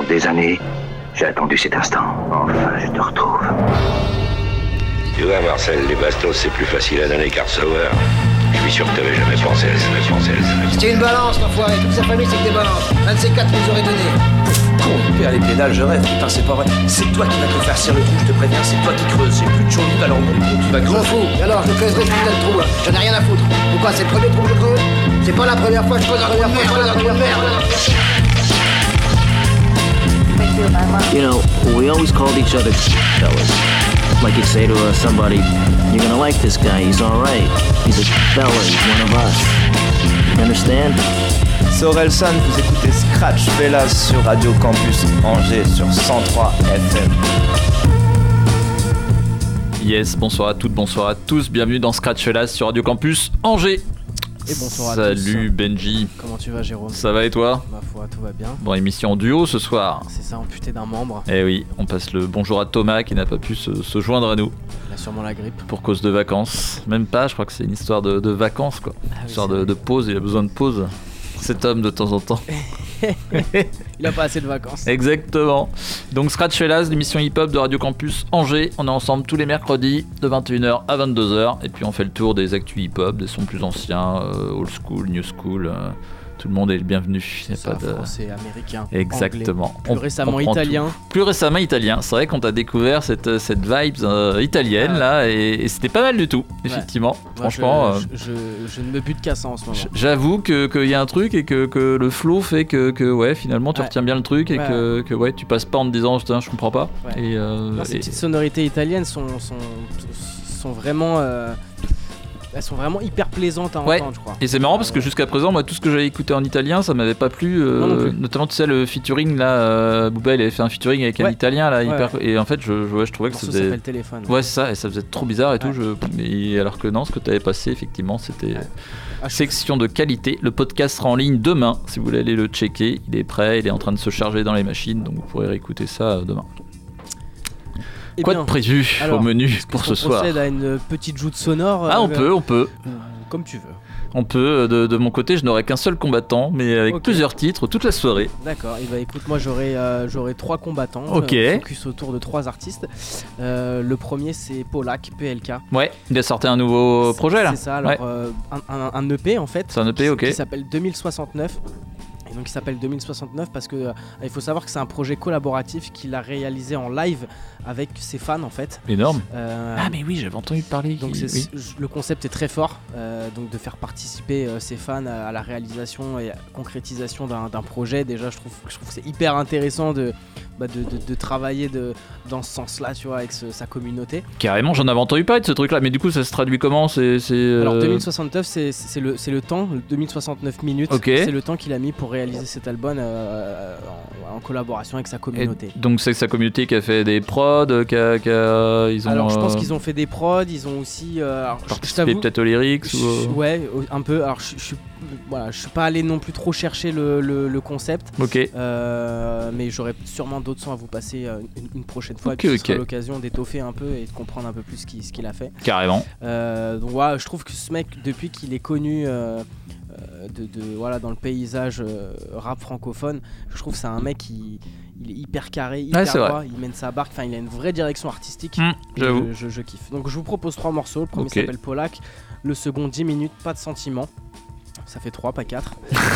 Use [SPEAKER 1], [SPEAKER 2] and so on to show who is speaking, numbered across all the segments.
[SPEAKER 1] des années, j'ai attendu cet instant. Enfin, je te retrouve.
[SPEAKER 2] Tu vois, Marcel, les bastos, c'est plus facile à donner qu'à recevoir. Je suis sûr que t'avais jamais pensé à ça.
[SPEAKER 3] C'était une balance, l'enfoiré. Toute sa famille, c'est que des balances. Un de ces quatre nous aurait donné.
[SPEAKER 4] Con, il perd les pédales, je rêve. Putain, c'est pas vrai. C'est toi qui vas te faire cirer le trou, je te préviens. C'est toi qui creuses. J'ai plus de chaud, alors mon trou, tu vas
[SPEAKER 3] Je m'en
[SPEAKER 4] creuser.
[SPEAKER 3] fous. Et alors, je creuserai ce putain de trou, là. J'en ai rien à foutre. Pourquoi, c'est le premier trou que je creuse? C'est pas la première fois que je creuse un trou de merde.
[SPEAKER 5] You know, we always called each other fellas. Like you'd say to somebody, you're gonna like this guy, he's alright. He's a fella, he's one of us. You understand?
[SPEAKER 6] C'est Orelsan, vous écoutez Scratch Fellas sur Radio Campus Angers sur 103 FM.
[SPEAKER 7] Yes, bonsoir à toutes, bonsoir à tous, bienvenue dans Scratch Fellas sur Radio Campus Angers.
[SPEAKER 8] Et bonsoir à tous.
[SPEAKER 7] Salut Benji.
[SPEAKER 8] Comment tu vas, Jérôme?
[SPEAKER 7] Ça va et toi?
[SPEAKER 8] Ma foi, tout va bien.
[SPEAKER 7] Bon, émission en duo ce soir.
[SPEAKER 8] C'est ça, amputé d'un membre.
[SPEAKER 7] Eh oui, on passe le bonjour à Thomas qui n'a pas pu se joindre à nous.
[SPEAKER 8] Il a sûrement la grippe.
[SPEAKER 7] Pour cause de vacances. Même pas, je crois que c'est une histoire de vacances quoi.
[SPEAKER 8] Ah oui,
[SPEAKER 7] Histoire de pause, il a besoin de pause. Cet homme de temps en temps.
[SPEAKER 8] Il a pas assez de vacances.
[SPEAKER 7] Exactement. Donc Scratch Fellas, l'émission hip-hop de Radio Campus Angers. On est ensemble tous les mercredis de 21h à 22h. Et puis on fait le tour des actus hip-hop, des sons plus anciens, old school, new school. Tout le monde est le bienvenu.
[SPEAKER 8] Français, américain,
[SPEAKER 7] exactement.
[SPEAKER 8] Anglais. Plus récemment italien.
[SPEAKER 7] Plus récemment italien. C'est vrai qu'on t'a découvert cette vibe italienne là et c'était pas mal du tout, effectivement.
[SPEAKER 8] Moi,
[SPEAKER 7] franchement.
[SPEAKER 8] Je ne me bute qu'à ça en ce moment.
[SPEAKER 7] J'avoue qu'il y a un truc et que le flow fait que ouais, finalement tu retiens bien le truc et que ouais, tu passes pas en te disant putain, je comprends pas.
[SPEAKER 8] Ouais.
[SPEAKER 7] Et,
[SPEAKER 8] ces petites sonorités italiennes sont vraiment. Elles sont vraiment hyper plaisantes à entendre, je crois.
[SPEAKER 7] Et c'est marrant parce que jusqu'à présent, moi, tout ce que j'avais écouté en italien, ça m'avait pas plu. Notamment, tu sais, le featuring là, Booba, il avait fait un featuring avec un italien là, hyper. Et en fait, je trouvais que ça faisait.
[SPEAKER 8] Ça s'appelle Téléphone.
[SPEAKER 7] Ouais, c'est ça, et ça faisait trop bizarre et tout. Et alors que non, ce que t'avais passé, effectivement, c'était section de qualité. Le podcast sera en ligne demain. Si vous voulez aller le checker, il est prêt, il est en train de se charger dans les machines, donc vous pourrez réécouter ça demain. Quoi de prévu au menu pour ce soir? On
[SPEAKER 8] procède à une petite joute sonore.
[SPEAKER 7] Ah, on peut.
[SPEAKER 8] Comme tu veux.
[SPEAKER 7] On peut. De mon côté, je n'aurai qu'un seul combattant, mais avec plusieurs titres toute la soirée.
[SPEAKER 8] D'accord. Et bah écoute, moi j'aurai 3 combattants. Focus autour de 3 artistes. Le premier c'est Polak, PLK.
[SPEAKER 7] Ouais. Il a sorti un nouveau projet là.
[SPEAKER 8] C'est ça. Alors un EP en fait.
[SPEAKER 7] C'est un EP,
[SPEAKER 8] qui s'appelle 2069. Donc il s'appelle 2069 parce que il faut savoir que c'est un projet collaboratif qu'il a réalisé en live avec ses fans en fait.
[SPEAKER 7] Énorme. Ah mais oui, j'avais entendu parler.
[SPEAKER 8] Donc le concept est très fort, donc de faire participer ses fans à la réalisation et concrétisation d'un projet. Déjà je trouve que c'est hyper intéressant de travailler dans ce sens-là, tu vois, avec sa communauté.
[SPEAKER 7] Carrément, j'en avais entendu parler de ce truc-là, mais du coup ça se traduit comment?
[SPEAKER 8] Alors 2069 c'est le temps, 2069 minutes. C'est le temps qu'il a mis pour réaliser cet album en collaboration avec sa communauté.
[SPEAKER 7] Et donc c'est sa communauté qui a fait des prods,
[SPEAKER 8] Alors je pense qu'ils ont fait des prods, ils ont aussi
[SPEAKER 7] participé peut-être aux lyrics
[SPEAKER 8] Ouais, un peu. Alors je suis pas allé non plus trop chercher le concept. Mais j'aurai sûrement d'autres sons à vous passer une prochaine fois. Ce sera l'occasion d'étoffer un peu et de comprendre un peu plus ce qu'il a fait.
[SPEAKER 7] Carrément.
[SPEAKER 8] Donc voilà, je trouve que ce mec, depuis qu'il est connu dans le paysage rap francophone, je trouve que c'est un mec qui il est hyper carré, hyper droit, il mène sa barque, enfin il a une vraie direction artistique.
[SPEAKER 7] J'avoue.
[SPEAKER 8] Je kiffe. Donc je vous propose 3 morceaux. Le premier s'appelle Polak, le second 10 minutes, pas de sentiments. Ça fait 3, pas 4.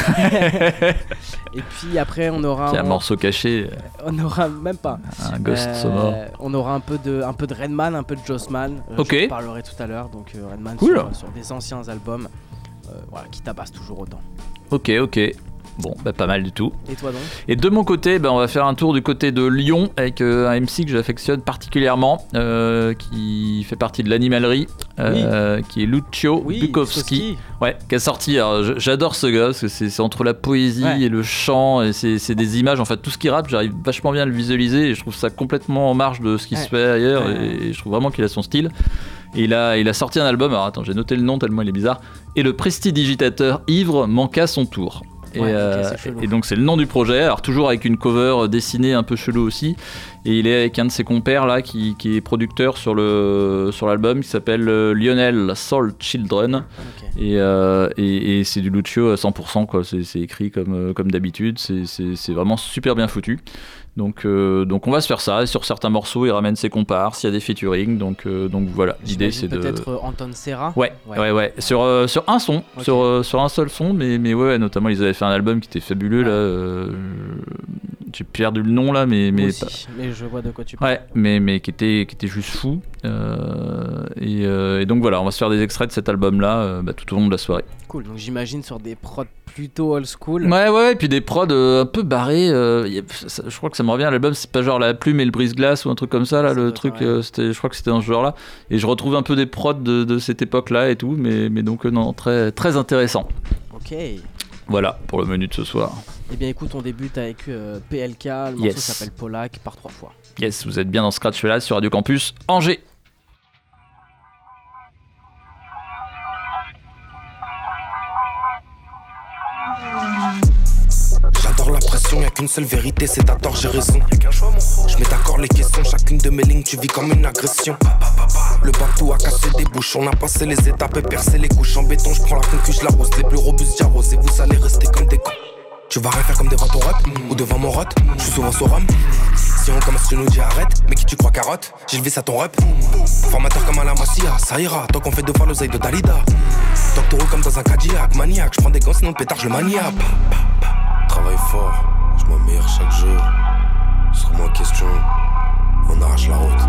[SPEAKER 8] Et puis après on aura
[SPEAKER 7] un morceau caché.
[SPEAKER 8] On aura même pas
[SPEAKER 7] un ghost sonore.
[SPEAKER 8] On aura un peu de Redman, un peu de Jossman. Je parlerai tout à l'heure. Donc Redman sur des anciens albums. Qui tabasse toujours autant.
[SPEAKER 7] Ok. Bon, pas mal du tout.
[SPEAKER 8] Et toi donc?
[SPEAKER 7] Et de mon côté, on va faire un tour du côté de Lyon avec un MC que j'affectionne particulièrement, qui fait partie de l'animalerie, qui est Lucio Bukowski. Ouais, qui a sorti. Alors, j'adore ce gars parce que c'est entre la poésie et le chant et c'est des images. En fait, tout ce qu'il rappe, j'arrive vachement bien à le visualiser et je trouve ça complètement en marge de ce qui se fait ailleurs et je trouve vraiment qu'il a son style. Et il a sorti un album. Alors attends, j'ai noté le nom tellement il est bizarre. Et le prestidigitateur ivre manqua son tour. Et donc c'est le nom du projet, alors toujours avec une cover dessinée un peu chelou aussi, et il est avec un de ses compères là qui est producteur sur l'album, qui s'appelle Lionel Soul Children. Et c'est du Lucio à 100% quoi. C'est écrit comme d'habitude, c'est vraiment super bien foutu. Donc on va se faire ça. Et sur certains morceaux, il ramène ses comparses, il y a des featuring. Donc voilà, l'idée c'est
[SPEAKER 8] peut-être Anton Serra.
[SPEAKER 7] Ouais. Sur un son, sur un seul son, mais ouais, notamment ils avaient fait un album qui était fabuleux là. J'ai perdu le nom là, mais
[SPEAKER 8] je vois de quoi tu parles.
[SPEAKER 7] Ouais, mais qui était juste fou. Et donc voilà, on va se faire des extraits de cet album là tout au long de la soirée.
[SPEAKER 8] Cool, donc j'imagine sur des prods plutôt old school.
[SPEAKER 7] Ouais, et puis des prods un peu barrés. Je crois que ça me revient, l'album, c'est pas genre La Plume et le Brise-Glace ou un truc comme ça, là, le truc, je crois que c'était dans ce genre-là. Et je retrouve un peu des prods de cette époque-là et tout, mais donc non, très, très intéressant.
[SPEAKER 8] Ok.
[SPEAKER 7] Voilà pour le menu de ce soir.
[SPEAKER 8] Eh bien écoute, on débute avec PLK, le morceau s'appelle Polak, par 3 fois.
[SPEAKER 7] Yes, vous êtes bien dans Scratch là sur Radio Campus Angers.
[SPEAKER 9] J'adore la pression, y'a qu'une seule vérité, c'est à tort, j'ai raison. Je mets d'accord les questions, chacune de mes lignes, tu vis comme une agression. Le bateau a cassé des bouches, on a passé les étapes et percé les couches. En béton, je prends la concu, je l'arrose, les plus robustes j'arrose. Et vous allez rester comme des cons. Tu vas rien faire comme devant ton rep ou devant mon rot. Je suis souvent sur rhum. Si on commence, tu nous dis arrête. Mais qui tu crois carotte? J'ai levé ça ton rep. Formateur comme à la Masia, ça ira. Tant qu'on fait 2 fois l'oseille de Dalida. Tant que tu roules comme dans un Cadillac, maniaque. Je prends des gants sinon le pétard je le mania. Travaille fort, je m'améliore chaque jour. Sur moi question, on arrache la route.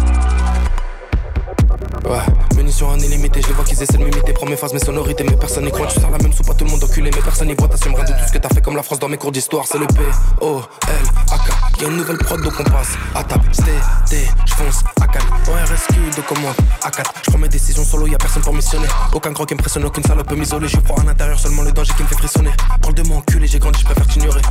[SPEAKER 9] Ouais, munitions illimitées, je les vois qu'ils essaient de m'imiter. Prends mes phases, mes sonorités, mais personne n'y croit. Tu sors la même soupe à tout le monde enculé, mais personne n'y voit. T'assumes rien de tout ce que t'as fait comme la France dans mes cours d'histoire. C'est le P-O-L-A-K. Y'a une nouvelle prod donc on passe à table. Sté, j'fonce, A4. ORSQ de commande, A4. J'prends mes décisions solo, y'a personne pour missionner. Aucun gros qui m'impressionne, aucune salope peut m'isoler. Je prends à l'intérieur seulement le danger qui me fait frissonner. Parle de moi enculé, j'ai grandi, j'préfère t'ignorer.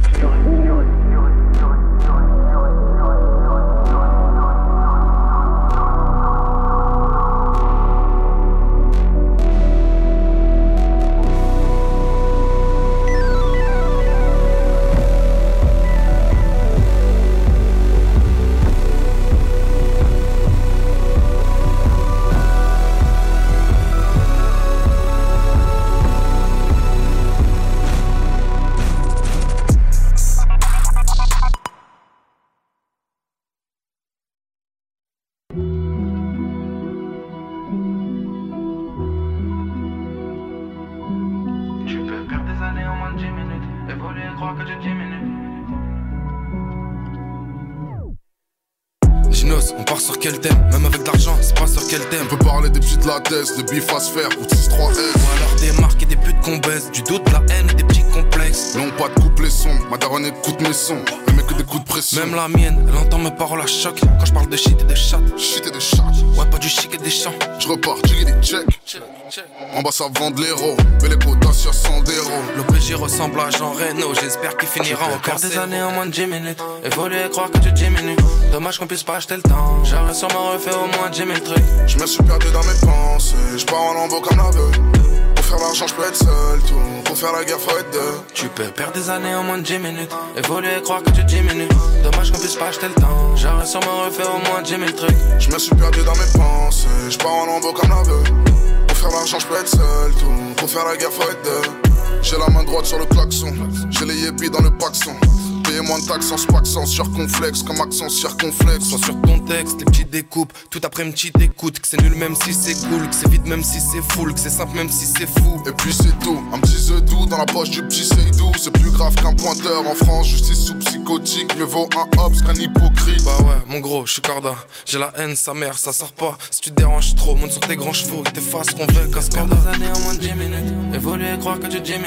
[SPEAKER 9] On part sur quel thème, même avec de l'argent, c'est pas sur quel thème.
[SPEAKER 10] On peut parler des petites latesses, de bif à se faire ou de 6-3-S.
[SPEAKER 9] Ou alors des marques et des putes qu'on baisse, du doute, de la haine et des petits complexes.
[SPEAKER 10] Non pas de couple les sons, ma daronne écoute mes sons. Elle met que des coups de pression.
[SPEAKER 9] Même la mienne, elle entend mes paroles à choc. Quand je parle de shit et de chat.
[SPEAKER 10] Shit et de chat.
[SPEAKER 9] Ouais, pas du chic et des chants.
[SPEAKER 10] Je repars, j'ai des checks. En bas ça vend de l'héros, mais les quotas sur 100 d'héros.
[SPEAKER 9] L'OPJ ressemble à Jean Reno, j'espère qu'il finira encore des années en moins de 10 minutes. Évoluer et croire que tu diminues. Dommage qu'on puisse pas acheter le temps. J'aurais sûrement refait au moins 10 000 trucs.
[SPEAKER 10] Je me suis perdu dans mes pensées, je pars en lambeau comme l'aveugle. Pour faire l'argent je peux être seul, tout. Pour faire la guerre faut être deux.
[SPEAKER 9] Tu peux perdre des années en moins de 10 minutes. Évoluer et croire que tu diminues. Dommage qu'on puisse pas acheter le temps. J'aurais sûrement refait au moins 10 000 trucs.
[SPEAKER 10] Je me suis perdu dans mes pensées, je pars en lambeau comme l'aveugle. Pour faire l'argent je peux être seul, tout. Pour faire la guerre faut être deux. J'ai la main droite sur le klaxon, j'ai les yépis dans le paxon. Payez moins de taxes en spaxant, circonflexe comme accent circonflexe.
[SPEAKER 9] Sois sur ton texte, les petits découpes, tout après une petite écoute. Que c'est nul même si c'est cool, que c'est vide même si c'est full, que c'est simple même si c'est fou.
[SPEAKER 10] Et puis c'est tout, un petit doux dans la poche du petit Seydou. C'est plus grave qu'un pointeur en France, justice sous psychotique. Mieux vaut un hops qu'un hypocrite.
[SPEAKER 9] Bah ouais, mon gros, je suis corda, j'ai la haine, sa mère, ça sort pas. Si tu te déranges trop, monte sur tes grands chevaux et t'effaces qu'on veut qu'un scandale. Des années en moins de 10 minutes, évoluer et croire que tu diminues.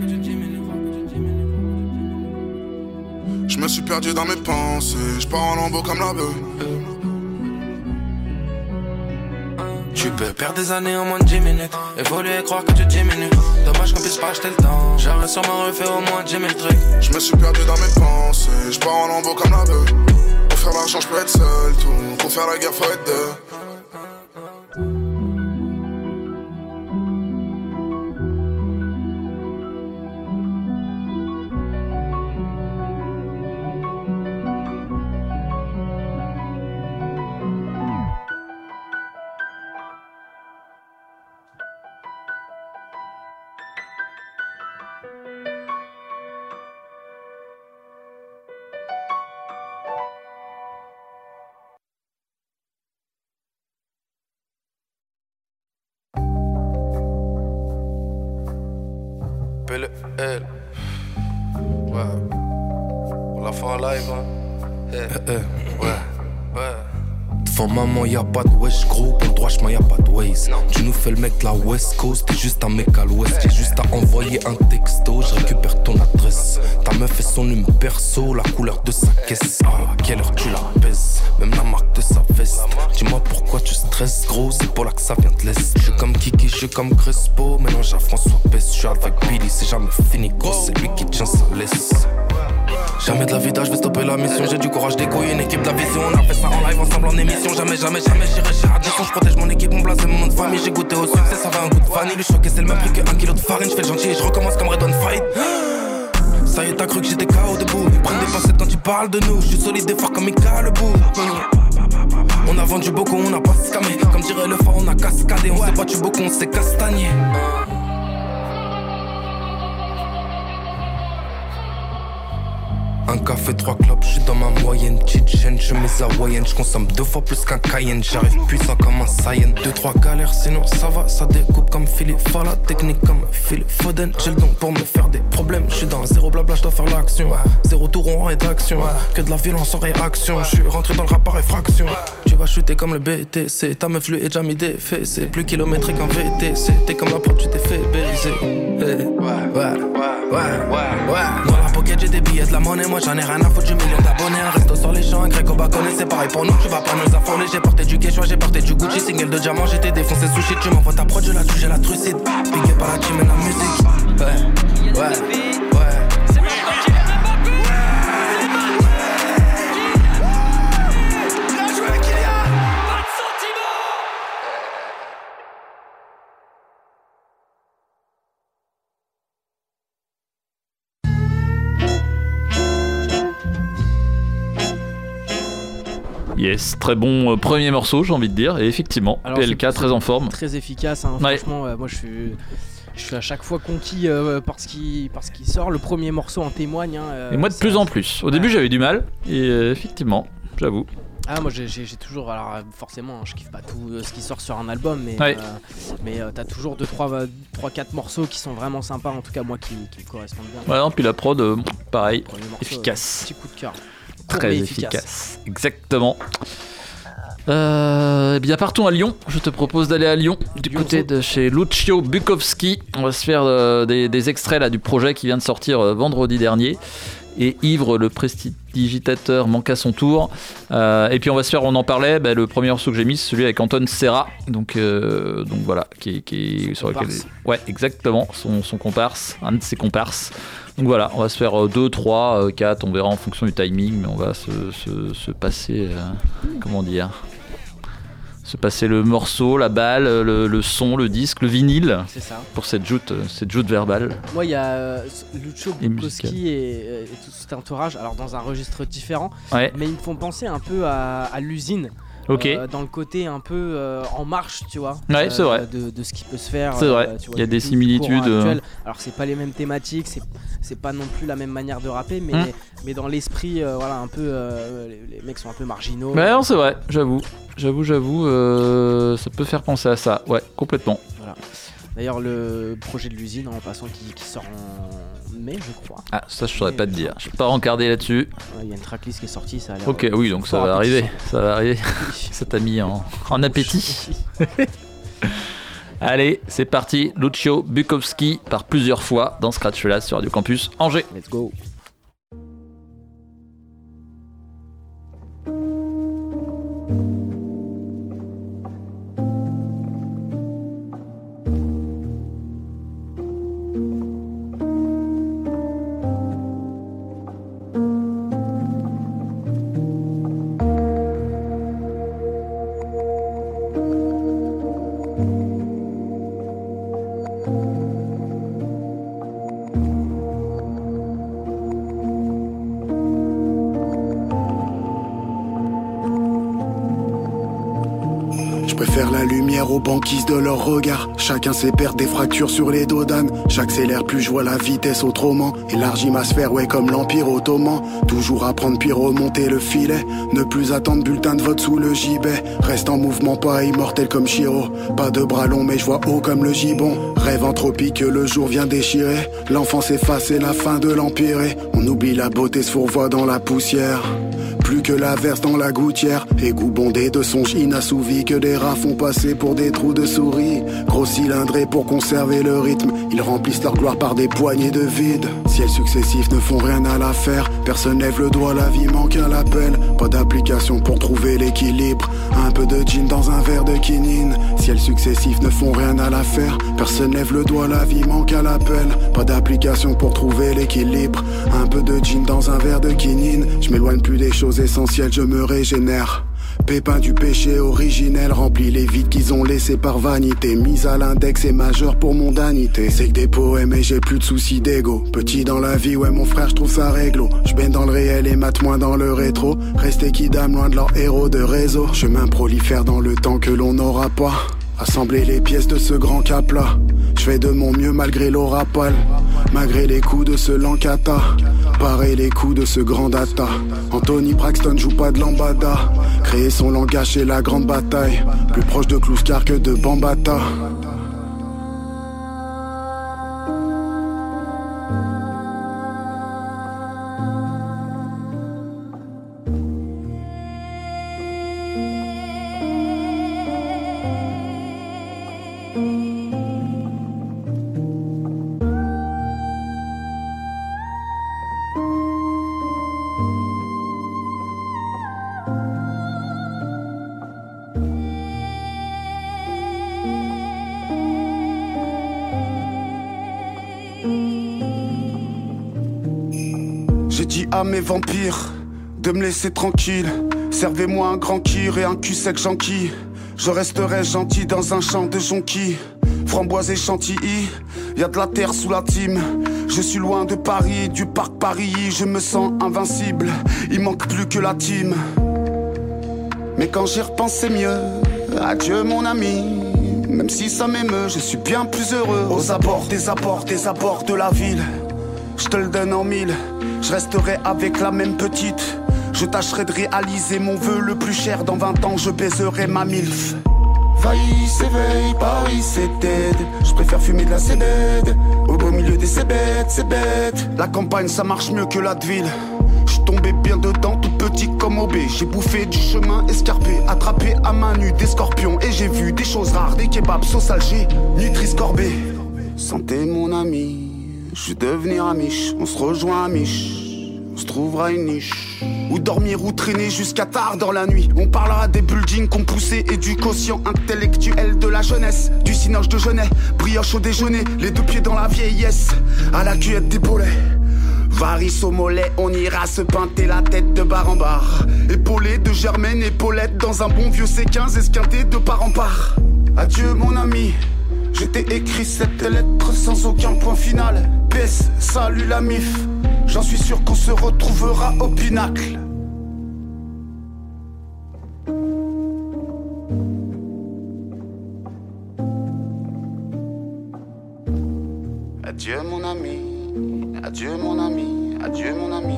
[SPEAKER 10] Je me suis perdu dans mes pensées, je pars en lambeau comme la beuh.
[SPEAKER 9] Tu peux perdre des années en moins de 10 minutes. Évoluer et croire que tu diminues. Dommage qu'on puisse pas acheter le temps. J'aurais sûrement refait au moins 10 000 trucs.
[SPEAKER 10] Je me suis perdu dans mes pensées, je pars en lambeau comme la beuh. Pour faire l'argent je peux être seul, tout. Pour faire la guerre faut être deux.
[SPEAKER 9] appelle elle. Ouais. On l'a fait en live, hein. Ouais. Devant maman y'a pas de wesh gros, pour le droit chemin y'a pas de ways. Tu nous fais le mec de la West Coast, t'es juste un mec à l'ouest. J'ai juste à envoyer un texto, je récupère ton adresse. Ta meuf et son numéro perso, la couleur de sa caisse. À quelle heure tu la pèses, même la marque de sa veste. Dis-moi pourquoi tu stresses gros, c'est pour là que ça vient de l'Est. Je suis comme Kiki, je suis comme Crespo, mélange à François Pest. Je suis avec Billy, c'est jamais fini gros, c'est lui qui tient sa laisse. Jamais de la vida, je vais stopper la mission. J'ai du courage d'écho, une équipe de la vision. On a fait ça en live ensemble en émission. Jamais j'irai chez Radisson. Je protège mon équipe, mon blaze et mon nom de famille. J'ai goûté au succès, ça va un goût de vanille. Le choc c'est le même prix que 1 kilo de farine. Je fais le gentil et je recommence comme Redon Fight. Ça y est, t'as cru que j'étais KO debout. Ils prennent des pincettes quand ils parlent de nous. Je suis solide et fort comme Mika le bout. On a vendu beaucoup, on a pas scamé. Comme dirait le phare, on a cascadé. On s'est battu beaucoup, on s'est castagné. Un café, 3 clopes, je suis dans ma moyenne. Chichen, chemise hawaïenne, je consomme 2 fois plus qu'un Cayenne. J'arrive puissant comme un Saiyan. 2-3 galères, sinon ça va, ça découpe comme Philippe Fala. Technique comme Phil Foden. J'ai le don pour me faire des problèmes. Je suis dans zéro blabla, je dois faire l'action. Zéro tour en rédaction. Que de la violence en réaction. Je suis rentré dans le rap par effraction. Tu vas shooter comme le BTC. Ta meuf lui est déjà mis des faits. C'est plus kilométrique qu'un VTC. T'es comme la prod, tu t'es fait baiser. Dans la pocket, j'ai des billets de la monnaie. Moi j'en ai rien à foutre du million d'abonnés. Un resto sur les champs, un grec au bâtonnet. C'est pareil pour nous, tu vas pas nous affoler. J'ai porté du Quechua, j'ai porté du Gucci. Single de diamant, j'étais défoncé sushi. Tu m'envoies ta prod, je la touche, j'ai la trucide. Big par la team et la musique. Ouais.
[SPEAKER 7] Yes, très bon premier morceau, j'ai envie de dire. Et effectivement, alors, PLK très en forme.
[SPEAKER 8] Très efficace, hein, ouais. Franchement, moi je suis à chaque fois conquis par ce qui sort. Le premier morceau en témoigne.
[SPEAKER 7] Et moi de plus en plus. Au début j'avais du mal. Et effectivement, j'avoue.
[SPEAKER 8] Ah moi j'ai toujours, alors forcément je kiffe pas tout ce qui sort sur un album, mais t'as toujours 2-3-4 morceaux qui sont vraiment sympas, en tout cas moi qui me correspondent bien.
[SPEAKER 7] Ouais, non, puis la prod, pareil, efficace.
[SPEAKER 8] Petit coup de cœur.
[SPEAKER 7] Très efficace. Exactement. Bien partons à Lyon. Je te propose d'aller à Lyon, du côté de chez Lucio Bukowski. On va se faire des extraits là, du projet qui vient de sortir vendredi dernier. Et Ivre, le prestidigitateur, manque à son tour. Et puis on va se faire, on en parlait, le premier morceau que j'ai mis, c'est celui avec Anton Serra. Donc voilà, qui sur lequel... Ouais, exactement, son comparse, un de ses comparses. Donc voilà, on va se faire 2, 3, 4, on verra en fonction du timing, mais on va se passer, comment dire, se passer le morceau, la balle, le son, le disque, le vinyle.
[SPEAKER 8] C'est ça.
[SPEAKER 7] Pour cette joute verbale.
[SPEAKER 8] Moi, il y a Lucio Bukowski et tout cet entourage, alors dans un registre différent, mais ils me font penser un peu à l'usine.
[SPEAKER 7] Okay.
[SPEAKER 8] Dans le côté un peu en marche, tu vois.
[SPEAKER 7] Ouais, c'est vrai.
[SPEAKER 8] De ce qui peut se faire.
[SPEAKER 7] C'est vrai. Tu vois, il y a des similitudes.
[SPEAKER 8] Alors c'est pas les mêmes thématiques, c'est pas non plus la même manière de rapper, mais dans l'esprit, voilà, un peu, les mecs sont un peu marginaux.
[SPEAKER 7] Ouais, non, c'est vrai. J'avoue, ça peut faire penser à ça. Ouais, complètement.
[SPEAKER 8] Voilà. D'ailleurs, le projet de l'usine, en passant, qui sort en mai, je crois.
[SPEAKER 7] Ah, ça, je saurais pas te dire. Je suis pas rencardé là-dessus.
[SPEAKER 8] Il y a une tracklist qui est sortie, ça a l'air.
[SPEAKER 7] Ok, oui, donc ça va arriver. Ça va arriver. Ça t'a mis en appétit. Allez, c'est parti. Lucio Bukowski par plusieurs fois dans Scratch Felas sur Radio Campus Angers.
[SPEAKER 8] Let's go.
[SPEAKER 11] faire la lumière aux banquises de leurs regards. Chacun sait perdre des fractures sur les dos d'âne. J'accélère plus, je vois la vitesse autrement. Élargis ma sphère, ouais, comme l'Empire ottoman. Toujours apprendre puis remonter le filet. Ne plus attendre bulletin de vote sous le gibet. Reste en mouvement, pas immortel comme Shiro. Pas de bras longs, mais je vois haut comme le gibon. Rêve anthropique que le jour vient déchirer. L'enfance effacée, la fin de l'empire. On oublie la beauté, se fourvoie dans la poussière. Plus que l'averse dans la gouttière. Égout bondé de songes inassouvis que des rats font passer pour des trous de souris. Gros cylindrés pour conserver le rythme. Ils remplissent leur gloire par des poignées de vide. Ciels successifs ne font rien à l'affaire. Personne lève le doigt, la vie manque à l'appel. Pas d'application pour trouver l'équilibre. Un peu de gin dans un verre de quinine. Ciels successifs ne font rien à l'affaire. Personne lève le doigt, la vie manque à l'appel. Pas d'application pour trouver l'équilibre. Un peu de gin dans un verre de quinine. Je m'éloigne plus des choses essentielles, je me régénère. Pépin du péché originel remplit les vides qu'ils ont laissés par vanité. Mise à l'index et majeur pour mondanité. C'est que des poèmes et j'ai plus de soucis d'ego. Petit dans la vie, ouais mon frère, je trouve ça réglo. Je baigne dans le réel et mate moins dans le rétro. Rester kidam loin de leur héros de réseau. Chemin prolifère dans le temps que l'on n'aura pas. Assembler les pièces de ce grand cap-là. Je fais de mon mieux malgré l'aura pâle. Malgré les coups de ce Lankata. Pareil les coups de ce grand data. Anthony Braxton joue pas de lambada. Créer son langage c'est la grande bataille. Plus proche de Kluskar que de Bambata.
[SPEAKER 12] À mes vampires de me laisser tranquille. Servez-moi un grand kir et un cul sec janqui. Je resterai gentil dans un champ de jonquilles. Framboise et chantilly, y'a de la terre sous la team. Je suis loin de Paris, du parc Paris. Je me sens invincible, il manque plus que la team. Mais quand j'y repense c'est mieux. Adieu mon ami. Même si ça m'émeut, je suis bien plus heureux. Aux abords des abords de la ville. Je te le donne en mille. Je resterai avec la même petite. Je tâcherai de réaliser mon vœu le plus cher. Dans 20 ans je baiserai ma milf. Vailly s'éveille, Paris c'est dead. Je préfère fumer de la cébède. Au beau milieu des cébètes, c'est bête. La campagne ça marche mieux que la ville. Je suis tombé bien dedans, tout petit comme obé. J'ai bouffé du chemin escarpé, attrapé à main nue des scorpions. Et j'ai vu des choses rares, des kebabs, sauce Alger, Nutri-Scorbé. Santé mon ami. Je suis devenir amiche, on se rejoint à Mich. On se trouvera une niche. Ou dormir ou traîner jusqu'à tard dans la nuit. On parlera des buildings qu'on poussait et du quotient intellectuel de la jeunesse. Du cinoche de Genet, brioche au déjeuner. Les deux pieds dans la vieillesse, à la cuillette des poulets. Varice au mollet, on ira se pinter la tête de bar en bar. Épaulé de Germaine, épaulette dans un bon vieux C15 esquinté de part en part. Adieu mon ami. Je t'ai écrit cette lettre sans aucun point final. PS, salut la mif. J'en suis sûr qu'on se retrouvera au pinacle. Adieu mon ami, adieu mon ami, adieu mon ami.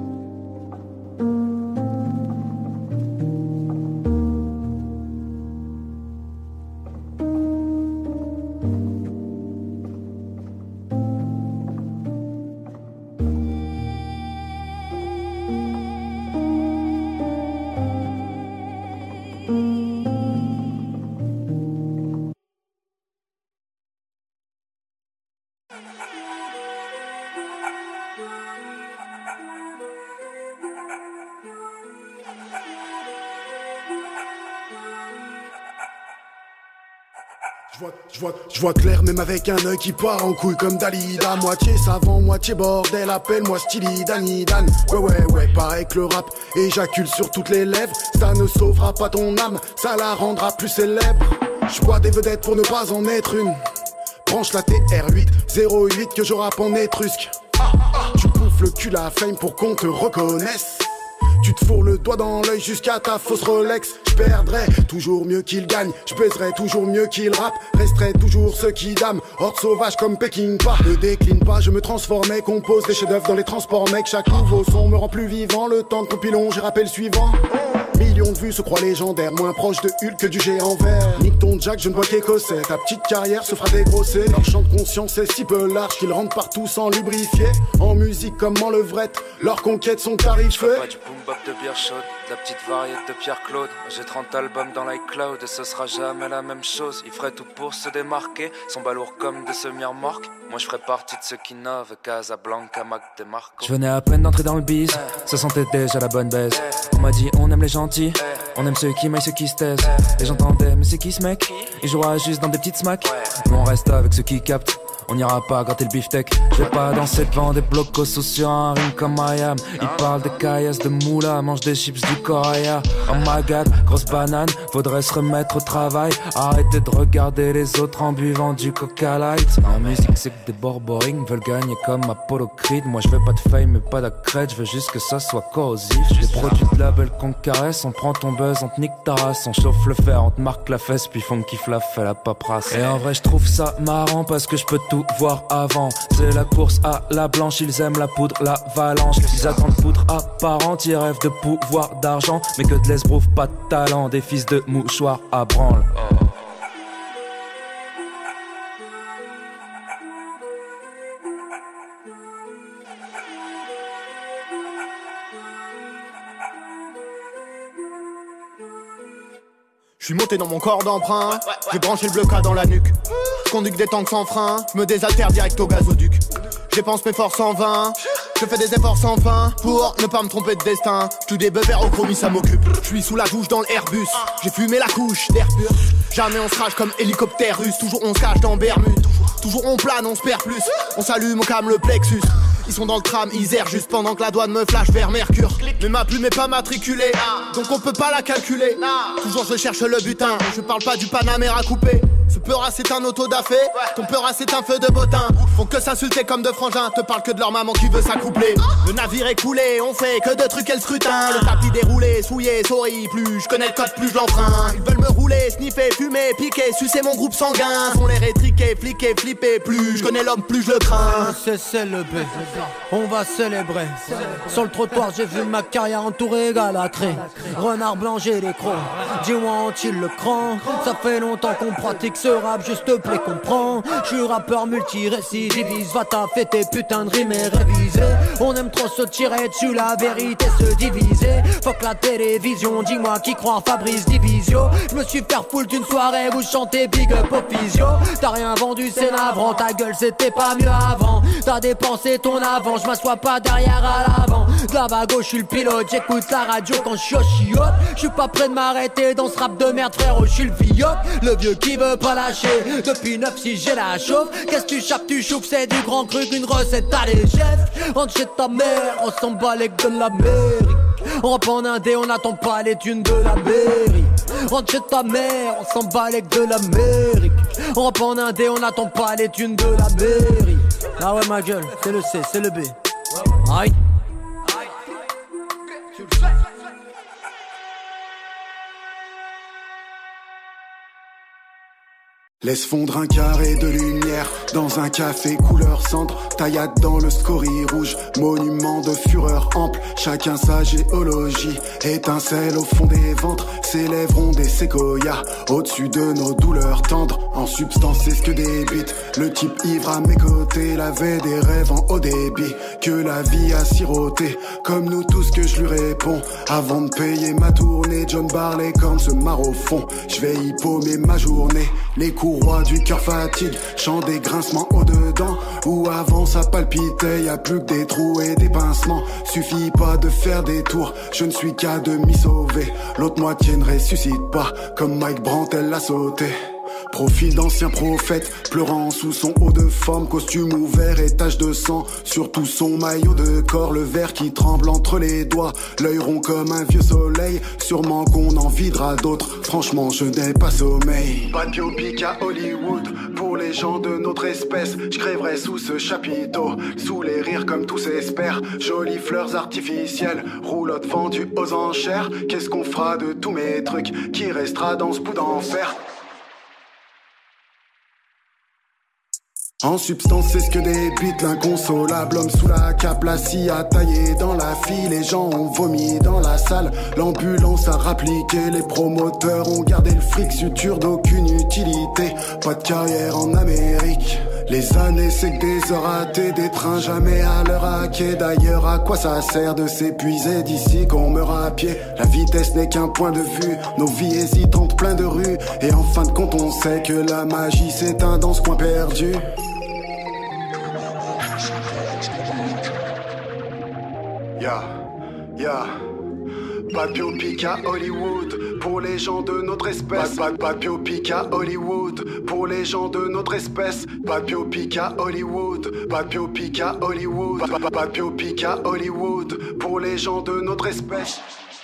[SPEAKER 11] Je vois clair même avec un œil qui part en couille comme Dalida. Moitié savant, moitié bordel, appelle-moi Stili Danidan. Ouais, pareil que le rap éjacule sur toutes les lèvres. Ça ne sauvera pas ton âme, ça la rendra plus célèbre. Je bois des vedettes pour ne pas en être une. Branche la TR8, 08 que je rappe en étrusque. Tu bouffes le cul la fame pour qu'on te reconnaisse. Tu te fourres le doigt dans l'œil jusqu'à ta fausse Rolex. J'perdrai toujours mieux qu'il gagne, j'baiserai toujours mieux qu'il rappe. Resterai toujours ceux qui dame, horde sauvage comme Peking pas. Ne décline pas, je me transformais, compose des chefs-d'œuvre dans les transports mec. Chaque nouveau son me rend plus vivant, le temps de compilon, j'ai rappelé le suivant. Millions de vues se croient légendaires, moins proche de Hulk que du géant vert. Nique ton Jack, je ne vois qu'écossais, ta petite carrière se fera dégrosser. Leur champ de conscience est si peu large qu'ils rentrent partout sans lubrifier. En musique comme en levrette, leurs conquêtes sont tarifées.
[SPEAKER 13] Pas du boom bap de bière chaude, de la petite variété de Pierre-Claude. J'ai 30 albums dans l'iCloud et ce sera jamais la même chose. Il ferait tout pour se démarquer, son balourd comme des semi-remorques. Moi je ferais partie de ceux qui innovent, Casablanca, Mac Demarco.
[SPEAKER 14] Je venais à peine d'entrer dans le biz, ça sentait déjà la bonne baisse. On m'a dit on aime les gentils, on aime ceux qui maillent, ceux qui se taisent. Et j'entendais mais c'est qui ce mec? Il jouera juste dans des petites smacks. Nous on reste avec ceux qui captent. On n'ira pas gratter le beefsteak. Je vais pas danser devant des blocos sur un ring comme Miami. Ils parlent de caillasse, de moula, mange des chips du Coraya. Oh my god, grosse banane, faudrait se remettre au travail. Arrêtez de regarder les autres en buvant du Coca Light. En musique c'est que des borborings veulent gagner comme Apollo Creed. Moi je veux pas de fame mais pas d'accred, je veux juste que ça soit corrosif. Des produits de label qu'on caresse, on prend ton buzz, on te nique ta race. On chauffe le fer, on te marque la fesse, puis font kiffe la fait la paperasse. Et en vrai je trouve ça marrant parce que je peux tout voir avant. C'est la course à la blanche, ils aiment la poudre, l'avalanche. Ils attendent poudre apparente, ils rêvent de pouvoir, d'argent. Mais que de l'esbrouf, pas de talent, des fils de mouchoirs à branle.
[SPEAKER 15] Je suis monté dans mon corps d'emprunt, j'ai branché le bloc dans la nuque. Je conduis des tanks sans frein, je me désaltère direct au gazoduc. Je dépense mes forces en vain, je fais des efforts sans fin pour ne pas me tromper de destin. Tous des beuvers au chromie ça m'occupe. Je suis sous la douche dans le Airbus, j'ai fumé la couche d'air pur. Jamais on se rage comme hélicoptère russe, toujours on se cache dans Bermude. Toujours on plane, on se perd plus, on s'allume, on calme le plexus. Ils sont dans le tram, ils errent juste pendant que la douane me flash vers Mercure. Mais ma plume est pas matriculée, donc on peut pas la calculer. Toujours je cherche le butin, je parle pas du Panamera coupé. Ce peura c'est un auto da fé, ton peura c'est un feu de bottin. Font que s'insulter comme de frangins, te parle que de leur maman qui veut s'accoupler. Le navire est coulé, on fait que de trucs et le scrutin. Le tapis déroulé, souillé, souris, plus je connais le code plus je l'enfreins. Ils veulent me rouler, sniffer, fumer, piquer, sucer mon groupe sanguin. Sont les rétriqués, fliqués, flipper, plus je connais l'homme plus je le crains.
[SPEAKER 16] C'est le B, on va célébrer. Sur le trottoir j'ai vu ma carrière entourée galâtrée. Renard blanc j'ai les crocs, dis-moi ont-ils le cran. Ça fait longtemps qu'on pratique ce rap, juste te plaît comprends. J'suis rappeur multi-récidiviste, va taffer tes putains de rimes et réviser. On aime trop se tirer dessus, la vérité se diviser. Fuck la télévision, dis-moi qui croit Fabrice Divisio. J'me suis fait full d'une soirée où chantais big up au physio. T'as rien vendu, c'est navrant, ta gueule c'était pas mieux avant. T'as dépensé ton avant, j'm'assois pas derrière à l'avant. De la à gauche, j'suis le pilote, j'écoute la radio quand j'suis au chiotte. J'suis pas prêt de m'arrêter dans ce rap de merde frérot, j'suis le vieillot. Le vieux qui veut pas lâcher, depuis 9-6 j'ai la chauffe. Qu'est-ce que tu chapes, tu chouffes, c'est du grand cru qu'une recette à les chefs. Rentre chez ta mère, on s'en bat les de l'Amérique. On rappe en indé, on n'attend pas les thunes de la mairie. Rentre chez ta mère, on s'en bat les de l'Amérique. On rappe en indé, on n'attend pas les thunes de la mairie. Ah ouais ma gueule, c'est le C, c'est le B. Aïe.
[SPEAKER 11] Laisse fondre un carré de lumière dans un café couleur cendre. Taillade dans le scorie rouge, monument de fureur ample. Chacun sa géologie, étincelle au fond des ventres. Ses lèvres ont des séquoias au-dessus de nos douleurs tendres. En substance c'est ce que débite le type ivre à mes côtés. L'avait des rêves en haut débit que la vie a siroté. Comme nous tous que je lui réponds avant de payer ma tournée. John Barley comme se marre au fond. Je vais y paumer ma journée. Les courroies du cœur fatigue, chant des grincements au-dedans. Où avant ça palpitait, y a plus que des trous et des pincements. Suffit pas de faire des tours, je ne suis qu'à demi sauvé. L'autre moitié ne ressuscite pas, comme Mike Brandt elle l'a sauté. Profil d'ancien prophète, pleurant sous son haut de forme, costume ouvert et tache de sang sur tout son maillot de corps, le verre qui tremble entre les doigts, l'œil rond comme un vieux soleil, sûrement qu'on en videra d'autres, franchement je n'ai pas sommeil. Pas de biopic à Hollywood, pour les gens de notre espèce, je crèverai sous ce chapiteau, sous les rires comme tous espèrent, jolies fleurs artificielles, roulotte vendue aux enchères, qu'est-ce qu'on fera de tous mes trucs, qui restera dans ce bout d'enfer? En substance, c'est ce que débite l'inconsolable homme sous la cape, la scie a taillé dans la file, les gens ont vomi dans la salle, l'ambulance a rappliqué, les promoteurs ont gardé le fric, suture d'aucune utilité, pas de carrière en Amérique. Les années c'est que des heures ratées, des trains jamais à l'heure à quai. D'ailleurs à quoi ça sert de s'épuiser d'ici qu'on meurt à pied? La vitesse n'est qu'un point de vue, nos vies hésitantes plein de rues, et en fin de compte on sait que la magie s'éteint dans ce coin perdu. Pas de biopic à Hollywood, pour les gens de notre espèce. Pas de biopic à Hollywood, pour les gens de notre espèce. Pas de biopic à Hollywood, pas de biopic à Hollywood. Pas de biopic à Hollywood, pour les gens de notre espèce.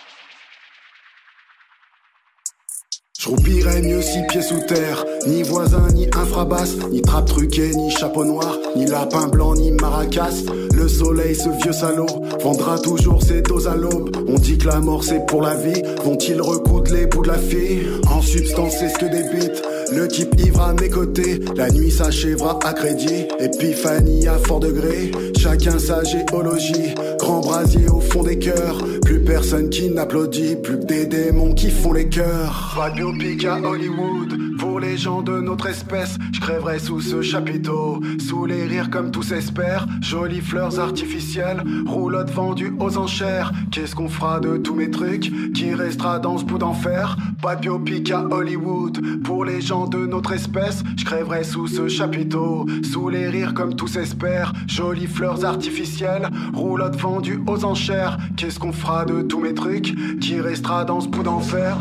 [SPEAKER 11] Je roupirais mieux 6 pieds sous terre, ni voisin, ni infrabasse, ni trappe truquée, ni chapeau noir, ni lapin blanc, ni maracas. Le soleil, ce vieux salaud, vendra toujours ses doses à l'aube. On dit que la mort c'est pour la vie, vont-ils recoudre les bouts de la fille? En substance c'est ce que débite le type ivre à mes côtés. La nuit s'achèvera à crédit, épiphanie à fort degré. Chacun sa géologie, grand brasier au fond des cœurs. Plus personne qui n'applaudit, plus que des démons qui font les cœurs. Pas de biopic à Hollywood, pour les gens de notre espèce. Je crèverai sous ce chapiteau, sous les rires comme tous espèrent. Jolies fleurs artificielles, roulotte vendue aux enchères. Qu'est-ce qu'on fera de tous mes trucs, qui restera dans ce bout d'enfer? Pas de biopic à Hollywood, pour les gens de notre espèce. Je crèverai sous ce chapiteau, sous les rires comme tous espèrent. Jolies fleurs artificielles, roulotte vendue aux enchères. Qu'est-ce qu'on fera de tous mes trucs, qui restera dans ce bout d'enfer?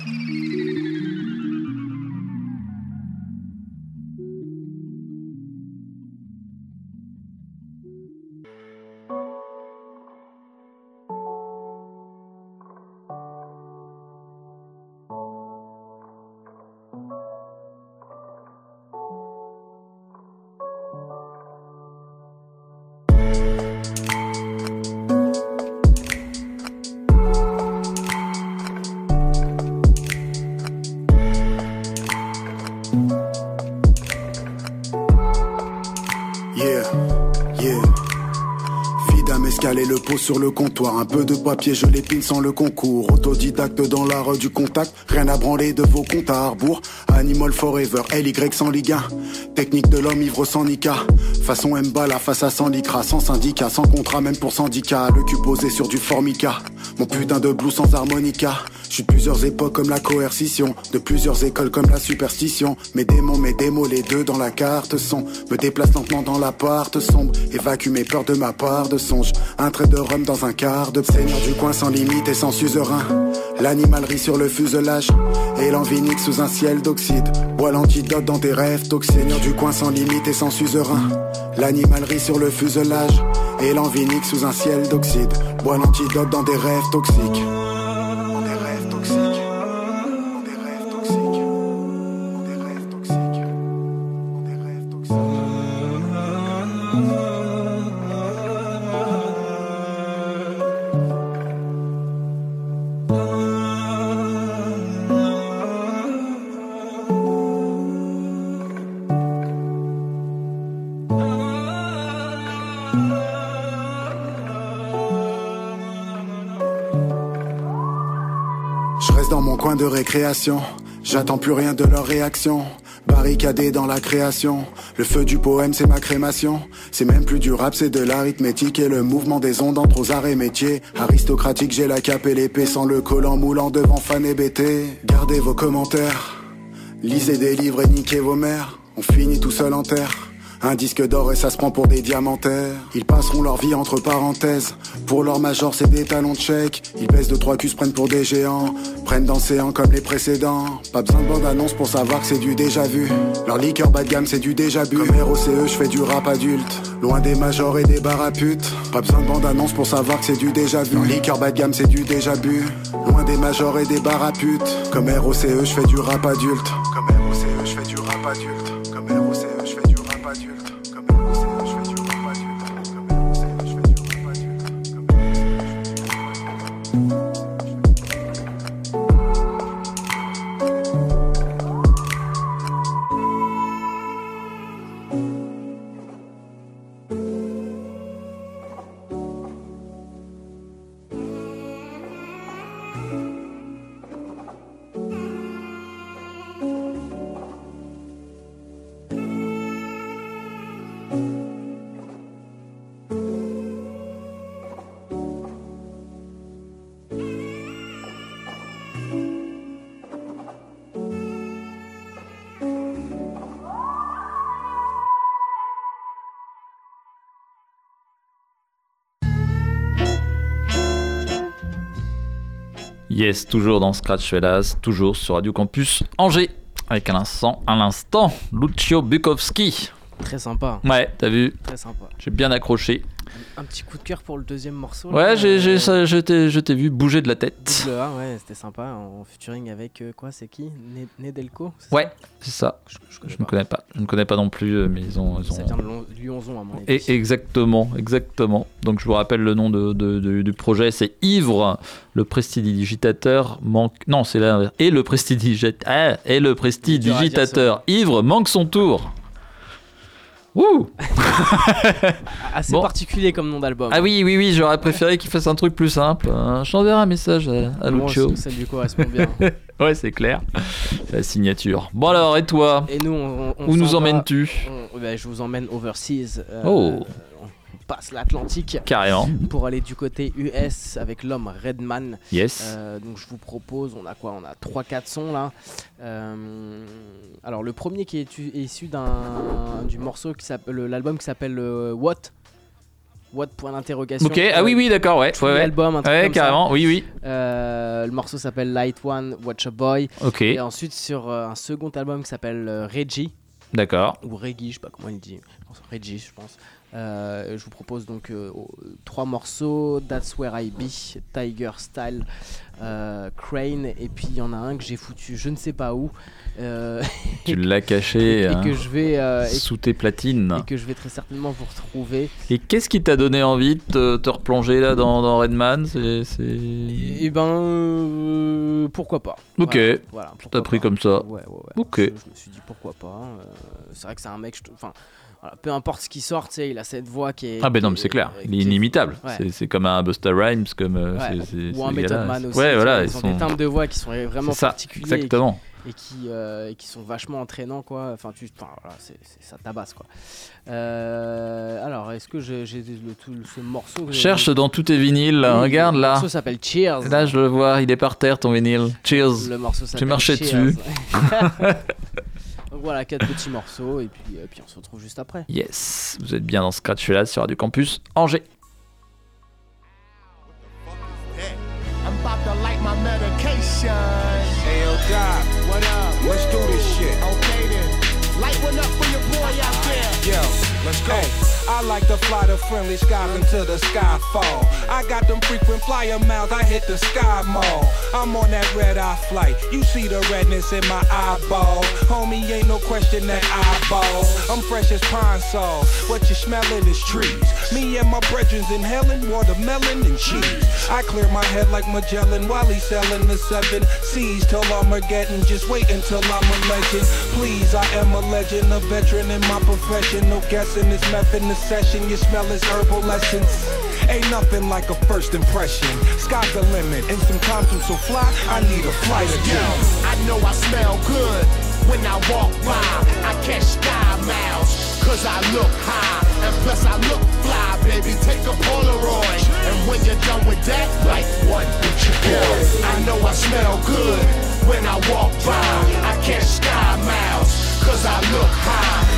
[SPEAKER 11] Et le pot sur le comptoir, un peu de papier, je l'épine sans le concours. Autodidacte dans l'art du contact, rien à branler de vos comptes à rebours. Animal forever, LY sans Ligue 1. Technique de l'homme ivre sans Nika. Façon Mbala face à 100 licra, sans syndicat, sans contrat même pour syndicat. Le cul posé sur du formica, mon putain de blues sans harmonica. Je suis de plusieurs époques comme la coercition, de plusieurs écoles comme la superstition. Mes démons, les deux dans la carte sont. Me déplace lentement dans l'appart sombre, évacue mes peurs de ma part de songe. Un trait de rhum dans un quart de seigneur du coin sans limite et sans suzerain. L'animalerie sur le fuselage et l'envie nique sous un ciel d'oxyde. Bois l'antidote dans des rêves toxiques. Seigneur du coin sans limite et sans suzerain. L'animalerie sur le fuselage et l'envie nique sous un ciel d'oxyde. Bois l'antidote dans des rêves toxiques. Coin de récréation, j'attends plus rien de leur réaction. Barricadé dans la création, le feu du poème c'est ma crémation. C'est même plus du rap, c'est de l'arithmétique et le mouvement des ondes entre aux arts et métiers. Aristocratique, j'ai la cape et l'épée sans le collant moulant devant fan et BT. Gardez vos commentaires, lisez des livres et niquez vos mères. On finit tout seul en terre. Un disque d'or et ça se prend pour des diamantaires. Ils passeront leur vie entre parenthèses. Pour leur major c'est des talons de chèque. Ils baissent de 3 culs, se prennent pour des géants. Prennent dans séant comme les précédents. Pas besoin de bande-annonce pour savoir que c'est du déjà vu. Leur liqueur bas de gamme c'est du déjà bu. Comme ROCE je fais du rap adulte. Loin des majors et des bars à putes. Pas besoin de bande-annonce pour savoir que c'est du déjà vu. Leur liqueur bas de gamme c'est du déjà bu. Loin des majors et des bars à putes. Comme ROCE je fais du rap adulte. Comme ROCE je fais du rap adulte. Comme ROCE je fais du rap adulte. Comme ROCE je fais du rap adulte. Comme ROCE je fais du rap adulte.
[SPEAKER 7] Yes, toujours dans Scratch Fellas, toujours sur Radio Campus Angers, avec à l'instant, Lucio Bukowski.
[SPEAKER 8] Très sympa.
[SPEAKER 7] Ouais, t'as vu ?
[SPEAKER 8] Très sympa.
[SPEAKER 7] J'ai bien accroché.
[SPEAKER 8] Un petit coup de cœur pour le deuxième morceau.
[SPEAKER 7] Ouais, je t'ai vu bouger de la tête.
[SPEAKER 8] Double A, ouais, c'était sympa, en featuring avec, quoi, c'est qui ? Nedelko ?
[SPEAKER 7] Ouais, c'est ça. Je ne connais pas. Je ne connais pas non plus, mais ils ont...
[SPEAKER 8] Ça vient de Lyonzon, à mon avis.
[SPEAKER 7] Exactement. Donc je vous rappelle le nom du projet, c'est Ivre, le prestidigitateur manque... Non, c'est là. Et le prestidigitateur Ivre manque son tour. Ouh.
[SPEAKER 8] Assez particulier comme nom d'album.
[SPEAKER 7] Ah oui, j'aurais préféré qu'il fasse un truc plus simple. Je t'enverrai un message à Lucio.
[SPEAKER 8] Ça lui correspond bien.
[SPEAKER 7] Ouais, c'est clair. C'est la signature. Bon alors, et toi ?
[SPEAKER 8] Et nous, on
[SPEAKER 7] où nous emmènes-tu ?
[SPEAKER 8] Je vous emmène overseas.
[SPEAKER 7] On
[SPEAKER 8] passe l'Atlantique.
[SPEAKER 7] Carrément.
[SPEAKER 8] Pour aller du côté US avec l'homme Redman.
[SPEAKER 7] Yes.
[SPEAKER 8] Donc je vous propose, on a 3-4 sons là. Alors le premier qui est issu du morceau qui s'appelle l'album qui s'appelle What point d'interrogation.
[SPEAKER 7] Ok, oui, d'accord, ouais.
[SPEAKER 8] L'album, un truc comme
[SPEAKER 7] carrément,
[SPEAKER 8] ça.
[SPEAKER 7] Oui.
[SPEAKER 8] Le morceau s'appelle Light One, Watch a Boy.
[SPEAKER 7] Ok.
[SPEAKER 8] Et ensuite sur un second album qui s'appelle Reggie.
[SPEAKER 7] D'accord.
[SPEAKER 8] Ou Reggie, je sais pas comment il dit. Reggie, je pense. Je vous propose donc 3 morceaux, That's Where I Be, Tiger Style, Crane, et puis il y en a un que j'ai foutu je ne sais pas où.
[SPEAKER 7] Tu l'as caché
[SPEAKER 8] et que je vais,
[SPEAKER 7] sous tes platines.
[SPEAKER 8] Et que je vais très certainement vous retrouver.
[SPEAKER 7] Et qu'est-ce qui t'a donné envie de te replonger là dans Redman ?
[SPEAKER 8] Eh ben, pourquoi pas.
[SPEAKER 7] Ok,
[SPEAKER 8] voilà,
[SPEAKER 7] t'as pris comme ça.
[SPEAKER 8] Ouais.
[SPEAKER 7] Ok.
[SPEAKER 8] Je me suis dit pourquoi pas. C'est vrai que c'est un mec, voilà, peu importe ce qui sort, tu sais, il a cette voix qui est...
[SPEAKER 7] Ah ben non, mais c'est clair, il est inimitable.
[SPEAKER 8] Ouais.
[SPEAKER 7] C'est comme un Busta Rhymes, comme...
[SPEAKER 8] ou un Method Man aussi.
[SPEAKER 7] Ouais, voilà,
[SPEAKER 8] ils ont des timbres de voix qui sont vraiment particuliers.
[SPEAKER 7] Exactement.
[SPEAKER 8] Et qui sont vachement entraînants, quoi. Enfin, voilà, ça tabasse, quoi. Alors, est-ce que j'ai ce morceau
[SPEAKER 7] Cherche dans tous tes vinyles, là. Regarde là.
[SPEAKER 8] Le morceau s'appelle Cheers.
[SPEAKER 7] Là, je le vois, il est par terre, ton vinyle. Cheers.
[SPEAKER 8] Le morceau s'appelle
[SPEAKER 7] Tu marchais
[SPEAKER 8] Cheers.
[SPEAKER 7] dessus.
[SPEAKER 8] Donc voilà, 4 petits morceaux, et puis on se retrouve juste après.
[SPEAKER 7] Yes, vous êtes bien dans Scratch Fellas sur Radio Campus Angers.
[SPEAKER 17] I'm about to light my medication. Hey, yo, Doc, what up? Let's do this shit. Okay, then. Light one up for your boy out there. Yo, let's go. Hey, I like to fly the friendly sky until the sky fall. I got them frequent flyer miles, I hit the sky mall. I'm on that red eye flight. You see the redness in my eyeball. Homie, ain't no question that eyeball. I'm fresh as pine saw. What you smelling is trees. Me and my brethrens inhaling watermelon and cheese. I clear my head like Magellan while he's selling the 7 C's till Armageddon. Just wait until I'm a legend. Please, I am a legend, a veteran in my profession. No guessing this meth in the session. You smell his herbal essence. Ain't nothing like a first impression. Sky's the limit, and sometimes I'm so fly, I need a flight again. I know I smell good when I walk by. I catch sky miles, cause I look high. And plus I look fly, baby, take a Polaroid. And when you're done with that, like one with your boy. I know I smell good when I walk by. I catch sky miles, cause I look high.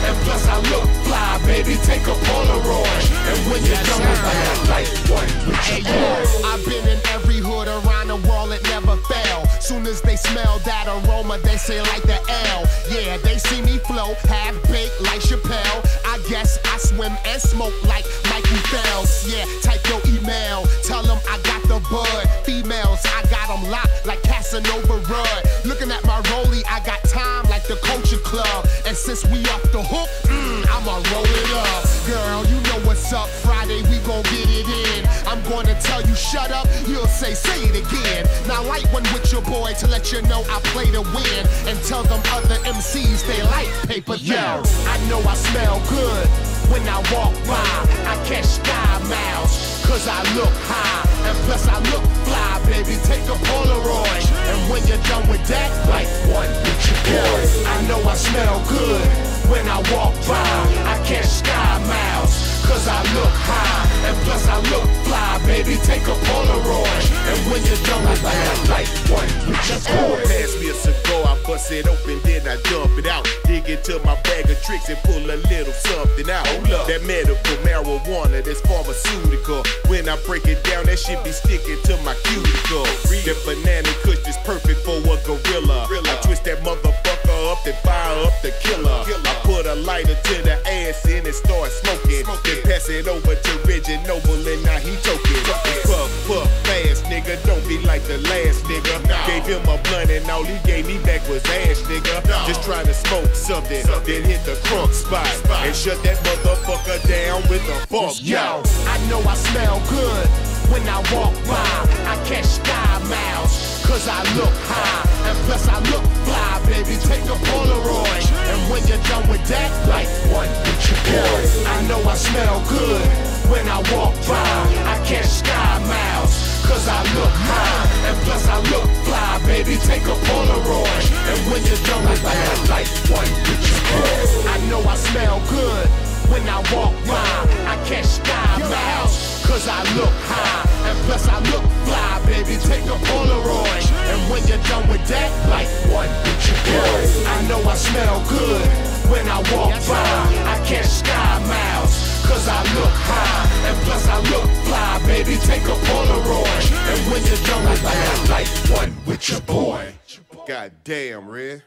[SPEAKER 17] And plus I look fly, baby, take a Polaroid. And when you're done with that, light one with your boy. I've been in every hood around the world, it never fail. Soon as they smell that aroma, they say like the L. Yeah, they see me flow, half baked like Chappelle. I guess I swim and smoke like Mikey Phelps. Yeah, type your email, tell them I got the bud. Females, I got them locked like Casanova Rudd. Looking at my rollie, I got time like the Culture Club. And since we off the hook, I'ma roll it up. Girl, you know what's up, Friday we gon' get it in. I'm gonna tell you shut up, you'll say it again. Now light one with your boy to let you know I play to win. And tell them other MCs they like paper thin. I know I smell good when I walk by. I catch sky miles, cause I look high. And plus I look fly, baby, take a Polaroid. And when you're done with that, light one with your boy. I know I smell good when I walk by. I catch sky miles, cause I look high. And plus I look fly, baby, take a Polaroid. And when you're done with that, light one with your boy.
[SPEAKER 18] Pass me a cigar, I bust it open, then I dump it out. Dig into my bag of tricks and pull a little something out. That medical marijuana, that's pharmaceutical. When I break it down, that shit be sticking to my cuticle. The banana kush is perfect for a gorilla. I twist that motherfucker up, then fire up the killer. I put a lighter to the ass in and start smoking. Then pass it over to Reggie Noble and now he toking. Puff, puff, fast, nigga, don't be like the last nigga. Gave him a blunt and all he gave me back was ash, nigga. Just trying to smoke something, then hit the crunk spot and shut that motherfucker down with a fuck.
[SPEAKER 17] Yo, I know I smell good when I walk by. I catch sky miles, cause I look high. And plus I look fly, baby, take a Polaroid. And when you're done with that, light one with your boy. I know I smell good when I walk by. I catch sky miles, cause I look high. And plus I look fly, baby, take a Polaroid. And when you're done with that, light one with your boy. I know I smell good when I walk by. I catch sky miles, cause I look high. And plus I look fly, baby, take a Polaroid. And when you're done with that, light one with your boy. I know I smell good when I walk by. I catch sky miles, cause I look high. And plus I look fly, baby, take a Polaroid. And when you're done with that, light one with your boy.
[SPEAKER 18] God damn, Red.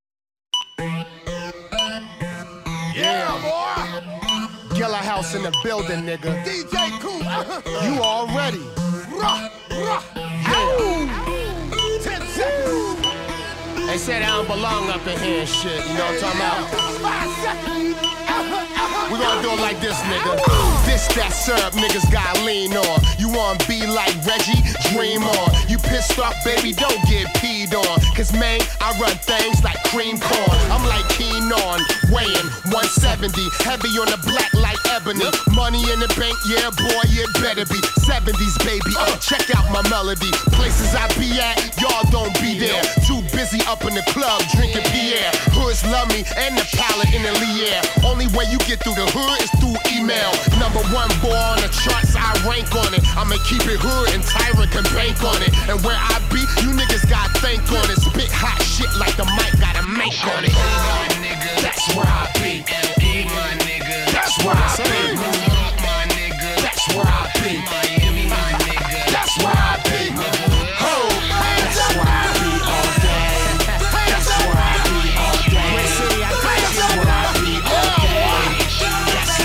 [SPEAKER 17] Yeah, boy. Yellow House in the building, nigga. DJ Cool. You already. Yeah. 10 seconds. They said I don't belong up in here and shit. You know what I'm talking about? 5 seconds. We gonna do it like this, nigga. This, that syrup niggas got lean on. You wanna be like Reggie? Dream on. You pissed off, baby, don't get peed on. Cause man, I run things like cream corn. I'm like Keen on, weighing 170. Heavy on the black like ebony. Money in the bank, yeah boy, it better be 70s, baby. Check out my melody. Places I be at, y'all don't be there. Too busy up in the club drinking Pierre. Hoods love me and the palette in the Lier. Only way you get through the hood is through email. Number one boy on the charts, I rank on it. I'ma keep it hood and Tyra can bank on it. And where I be, you niggas got thank on it. Spit hot shit like the mic got a make on it. That's where I be. That's where I be. That's where I be. That's where I be. That's where I be all day. That's where I be all day. That's where I be all day. That's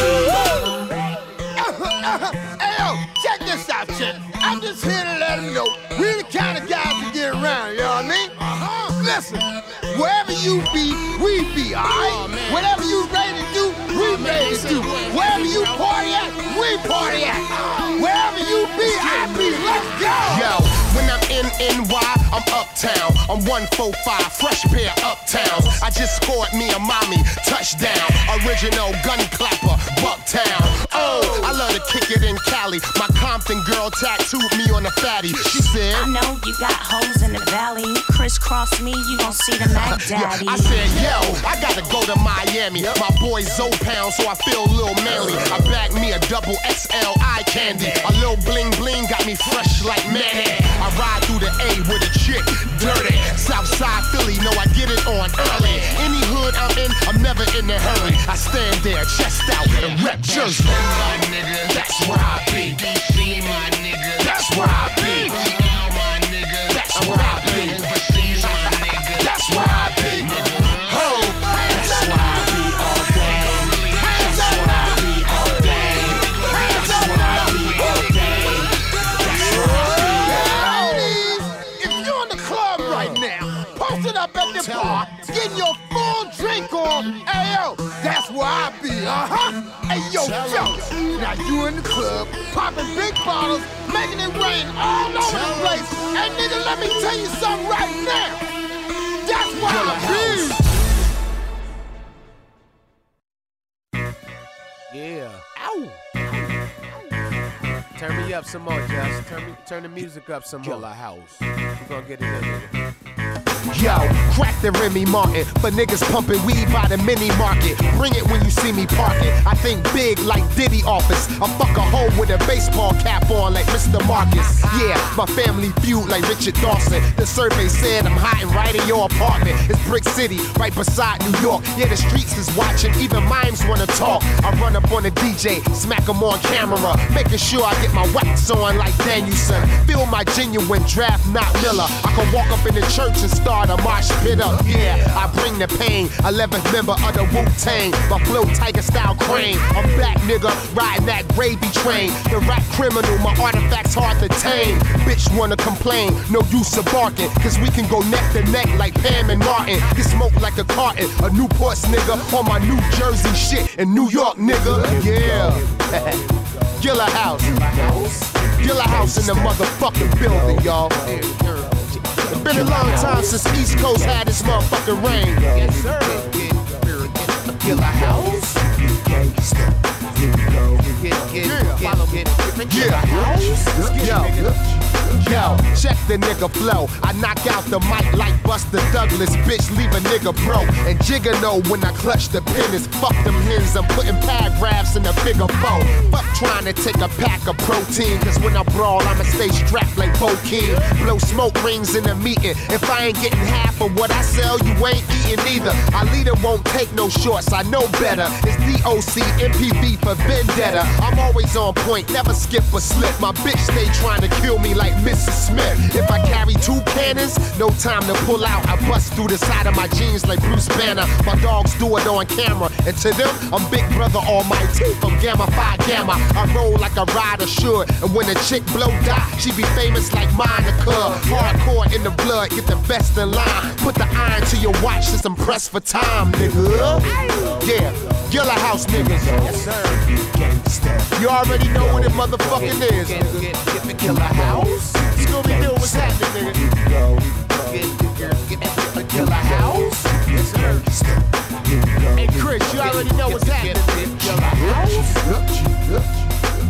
[SPEAKER 17] where I be. Hey yo, check this out, chick. I'm just here to let them know we the kind of guys to get around, you know what I mean? Listen, wherever you be, we be, alright? Whatever you ready to do, we ready to do. Wherever you party at, we party at. Wherever you be, I be. Let's go! Yo, when I'm in NY, I'm uptown. I'm 145, fresh pair of uptowns. I just scored me a mommy touchdown. Original gun clapper, Bucktown. Oh, I love to kick it in Cali. Cali. My Compton girl tattooed me on the fatty. She said,
[SPEAKER 19] I know you got hoes in the valley. Crisscross me, you gon' see the Mac Daddy.
[SPEAKER 17] I said, yo, I gotta go to Miami. My boy Zoe pound, so I feel a little manly. I bagged me a double XL eye candy. A little bling bling got me fresh like Manny. I ride through the A with a chick, dirty. Southside Philly, know I get it on early. Any hood I'm in, I'm never in a hurry. I stand there, chest out, and rep Jersey. My nigga, that's where I be. DC, my nigga, that's where I be. My nigga, that's where I be. Overseas, my nigga, that's where I be. Ho, that's where I be all day. That's where I be all day. That's where I be all day. That's where I be. If you're in the club right now, posted up at the bar, getting your full drink on, ayo, that's where I be, Hey, yo, now you in the club, popping big bottles, making it rain all over the place. Hey, nigga, let me tell you something right now. That's where I
[SPEAKER 20] be. Yeah. Ow. Turn me up some more, Josh. Turn the music up some more. Killer House. We're gonna get it in.
[SPEAKER 17] Yo, crack the Remy Martin for niggas pumping weed by the mini market. Bring it when you see me park it. I think big like Diddy office. I fuck a hoe with a baseball cap on like Mr. Marcus. Yeah, my family feud like Richard Dawson. The survey said I'm hiding right in your apartment. It's Brick City, right beside New York. Yeah, the streets is watching, even mimes wanna talk. I run up on the DJ, smack him on camera, making sure I get my wax on like Danielson. Feel my genuine draft, not Miller. I can walk up in the church and start a mosh pit up, yeah, I bring the pain. 11th member of the Wu-Tang, my flow tiger style crane. I'm back, nigga, riding that gravy train. The rap criminal, my artifacts hard to tame. Bitch wanna complain, no use of barking, cause we can go neck to neck like Pam and Martin. Get smoked like a carton, a Newport's nigga on my New Jersey shit in New York, nigga, yeah. Gilla House, Gilla House in the motherfucking building, y'all. It's been a long time since East Coast had this motherfucking rain. Yes, sir. Gilla House. Yo, check the nigga flow. I knock out the mic like Buster Douglas. Bitch, leave a nigga broke. And Jigga know when I clutch the pen is fuck them hens. I'm putting paragraphs in a bigger bow. Fuck trying to take a pack of protein. Cause when I brawl, I'ma stay strapped like Bo King. Blow smoke rings in the meeting. If I ain't getting half of what I sell, you ain't eating either. Our leader won't take no shorts, I know better. It's DOC, MPV for vendetta. I'm always on point, never skip or slip. My bitch stay trying to kill me like Mrs. Smith. If I carry 2 cannons, no time to pull out. I bust through the side of my jeans like Bruce Banner. My dogs do it on camera. And to them, I'm Big Brother Almighty from Gamma Phi Gamma. I roll like a rider should. And when a chick blow die, she be famous like Monica. Hardcore in the blood, get the best in line. Put the iron to your watch, since I'm pressed for time, nigga. Yeah, Gilla House niggas. Yes, sir. You already know what it motherfucking is, nigga. Get Gilla House. Scooby-Doo, what's happening, nigga? Get Gilla House. Yes, sir. Hey, Chris, you already know what's happening. Gilla House.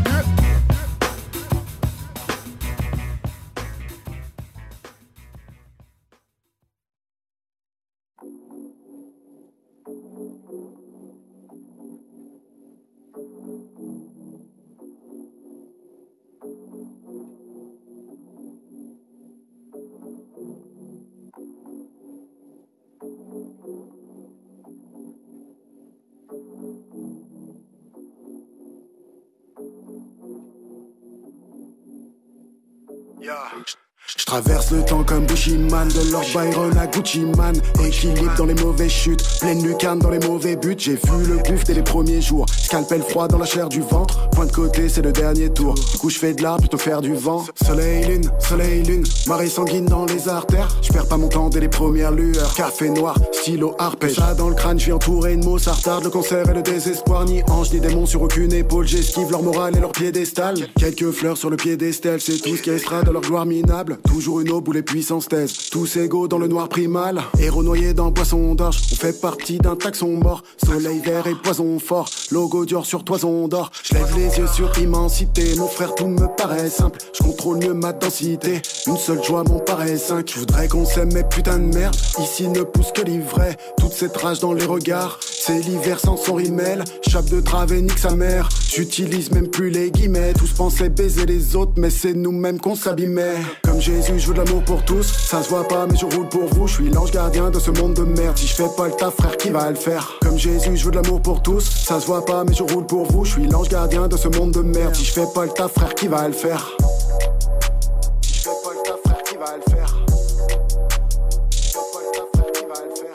[SPEAKER 11] Je traverse le temps comme Bushiman, de Lord Byron à Gucci Man. Équilibre dans les mauvaises chutes, pleine lucarne dans les mauvais buts. J'ai vu le gouffre dès les premiers jours, scalpel froid dans la chair du ventre. Point de côté, c'est le dernier tour. Du coup je fais de l'art, plutôt faire du vent. Soleil, lune, marée sanguine dans les artères. Je perds pas mon temps dès les premières lueurs. Café noir, stylo arpège. Ça dans le crâne, je suis entouré de mots. Ça retarde le concert et le désespoir. Ni ange ni démon sur aucune épaule. J'esquive leur morale et leur piédestal. Quelques fleurs sur le piédestal, c'est tout ce qui extra de leur gloire minable. Toujours une aube où les puissances taisent. Tous égaux dans le noir primal. Héros noyés dans boisson d'orge. On fait partie d'un taxon mort. Soleil vert et poison fort. Logo logo Dior sur toison d'or. Je lève les yeux sur immensité. Mon frère, tout me paraît simple. Je contrôle mieux ma densité. Une seule joie m'en paraît 5. Je voudrais qu'on s'aime, mais putain de merde. Ici ne pousse que l'ivraie. Toute cette rage dans les regards. C'est l'hiver sans son rimel. Chape de trave et nique sa mère. J'utilise même plus les guillemets. Tous pensaient baiser les autres, mais c'est nous-mêmes qu'on s'abîmait. Comme Jésus, je veux de l'amour pour tous. Ça se voit pas, mais je roule pour vous. Je suis l'ange gardien de ce monde de merde. Si je fais pas le taf, frère, qui va le faire? Comme Jésus, je veux de l'amour pour tous. Ça se voit pas, mais je roule pour vous. Je suis l'ange gardien de ce monde de merde. Si je fais pas le taf, frère, qui va le faire? Si je fais pas le taf, frère, qui va le faire? Si je fais pas le taf, frère, qui va le faire?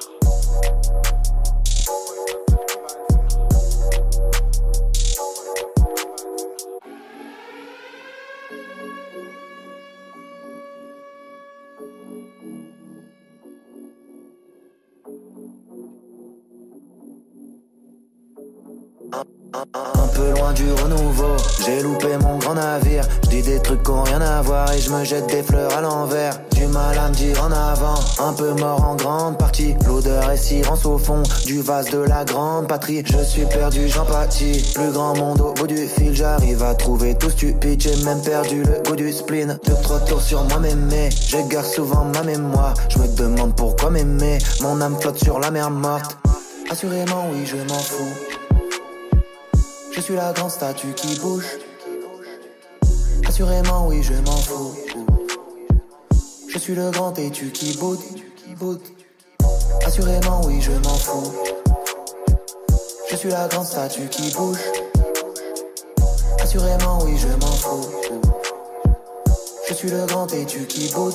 [SPEAKER 21] Un peu loin du renouveau, j'ai loupé mon grand navire. Je dis des trucs qui ont rien à voir et je me jette des fleurs à l'envers. Du mal à me dire en avant, un peu mort en grande partie. L'odeur est si rance au fond du vase de la grande patrie. Je suis perdu, j'en pâtis. Plus grand monde au bout du fil, j'arrive à trouver tout stupide. J'ai même perdu le goût du spleen. 2-3 tours sur moi m'aimer, j'égare souvent ma mémoire. Je me demande pourquoi m'aimer, mon âme flotte sur la mer morte. Assurément oui je m'en fous. Je suis la grande statue qui bouge. Assurément oui je m'en fous. Je suis le grand têtu qui boude. Assurément oui je m'en fous. Je suis la grande statue qui bouge. Assurément oui je m'en fous. Je suis le grand têtu qui boude.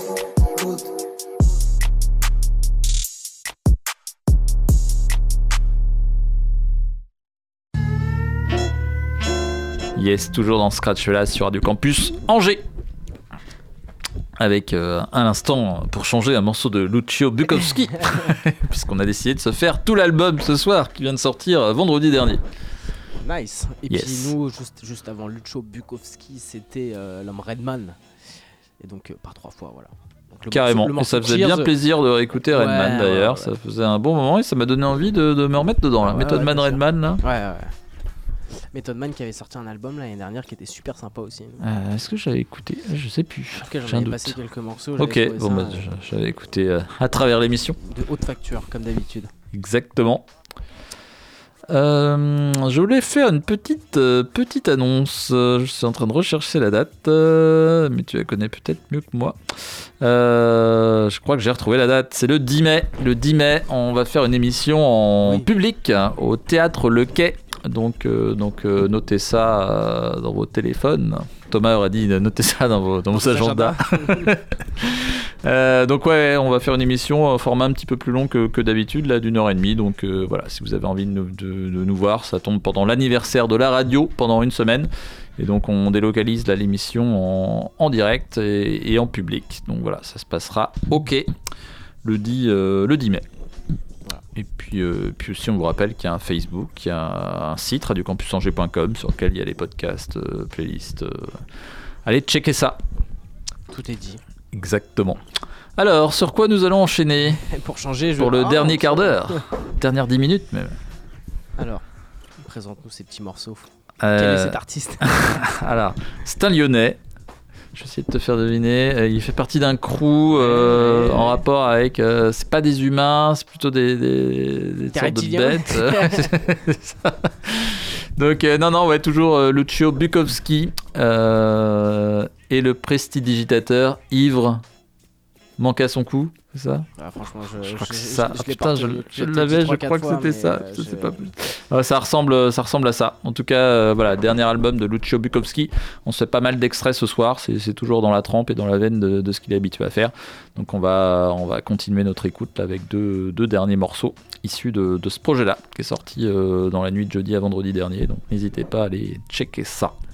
[SPEAKER 7] Yes, toujours dans Scratch là sur Radio Campus Angers. Avec à l'instant, pour changer, un morceau de Lucio Bukowski. Puisqu'on a décidé de se faire tout l'album ce soir qui vient de sortir vendredi dernier.
[SPEAKER 8] Nice. Et
[SPEAKER 7] yes.
[SPEAKER 8] Puis nous, juste avant Lucio Bukowski, c'était l'homme Redman. Et donc par 3 fois, voilà. Donc,
[SPEAKER 7] carrément, et ça faisait bien plaisir de réécouter Redman d'ailleurs. Ouais. Ça faisait un bon moment et ça m'a donné envie de me remettre dedans là. Method Man Redman là.
[SPEAKER 8] Ouais. Method Man qui avait sorti un album l'année dernière qui était super sympa aussi.
[SPEAKER 7] Est-ce que j'avais écouté? Je sais plus.
[SPEAKER 8] En tout cas, j'en avais passé quelques morceaux.
[SPEAKER 7] Ok, bon bah j'avais écouté à travers l'émission.
[SPEAKER 8] De haute facture, comme d'habitude.
[SPEAKER 7] Exactement. Je voulais faire une petite annonce. Je suis en train de rechercher la date, mais tu la connais peut-être mieux que moi. Je crois que j'ai retrouvé la date. C'est le 10 mai. Le 10 mai, on va faire une émission en public au Théâtre Le Quai. Donc notez ça dans vos téléphones. Thomas aurait dit notez ça dans vos agendas. Donc ouais, on va faire une émission au format un petit peu plus long que d'habitude, là, d'1h30. Donc voilà, si vous avez envie de nous voir, ça tombe pendant l'anniversaire de la radio, pendant une semaine. Et donc on délocalise là, l'émission en direct et en public. Donc voilà, ça se passera le 10 mai. Et puis aussi, on vous rappelle qu'il y a un Facebook, qu'il y a un site, radiocampusangers.com, sur lequel il y a les podcasts, playlists. Allez, checker ça.
[SPEAKER 8] Tout est dit.
[SPEAKER 7] Exactement. Alors, sur quoi nous allons enchaîner
[SPEAKER 8] pour changer,
[SPEAKER 7] pour le dernier quart d'heure, dernière 10 minutes même.
[SPEAKER 8] Alors, présente-nous ces petits morceaux. Quel est cet artiste?
[SPEAKER 7] Alors, c'est un Lyonnais. Je vais essayer de te faire deviner. Il fait partie d'un crew en rapport avec. C'est pas des humains, c'est plutôt des sortes de bêtes. C'est ça. Donc, ouais, toujours Lucio Bukowski et le prestidigitateur ivre manque à son coup, c'est ça?
[SPEAKER 8] Franchement,
[SPEAKER 7] je crois que c'est ça. Putain, je l'avais, je crois que c'était ça. Je sais pas plus. Ça ressemble à ça. En tout cas, voilà, dernier album de Lucio Bukowski. On se fait pas mal d'extraits ce soir. C'est toujours dans la trempe et dans la veine de ce qu'il est habitué à faire. Donc on va continuer notre écoute là, avec deux derniers morceaux issus de ce projet-là, qui est sorti dans la nuit de jeudi à vendredi dernier. Donc n'hésitez pas à aller checker ça.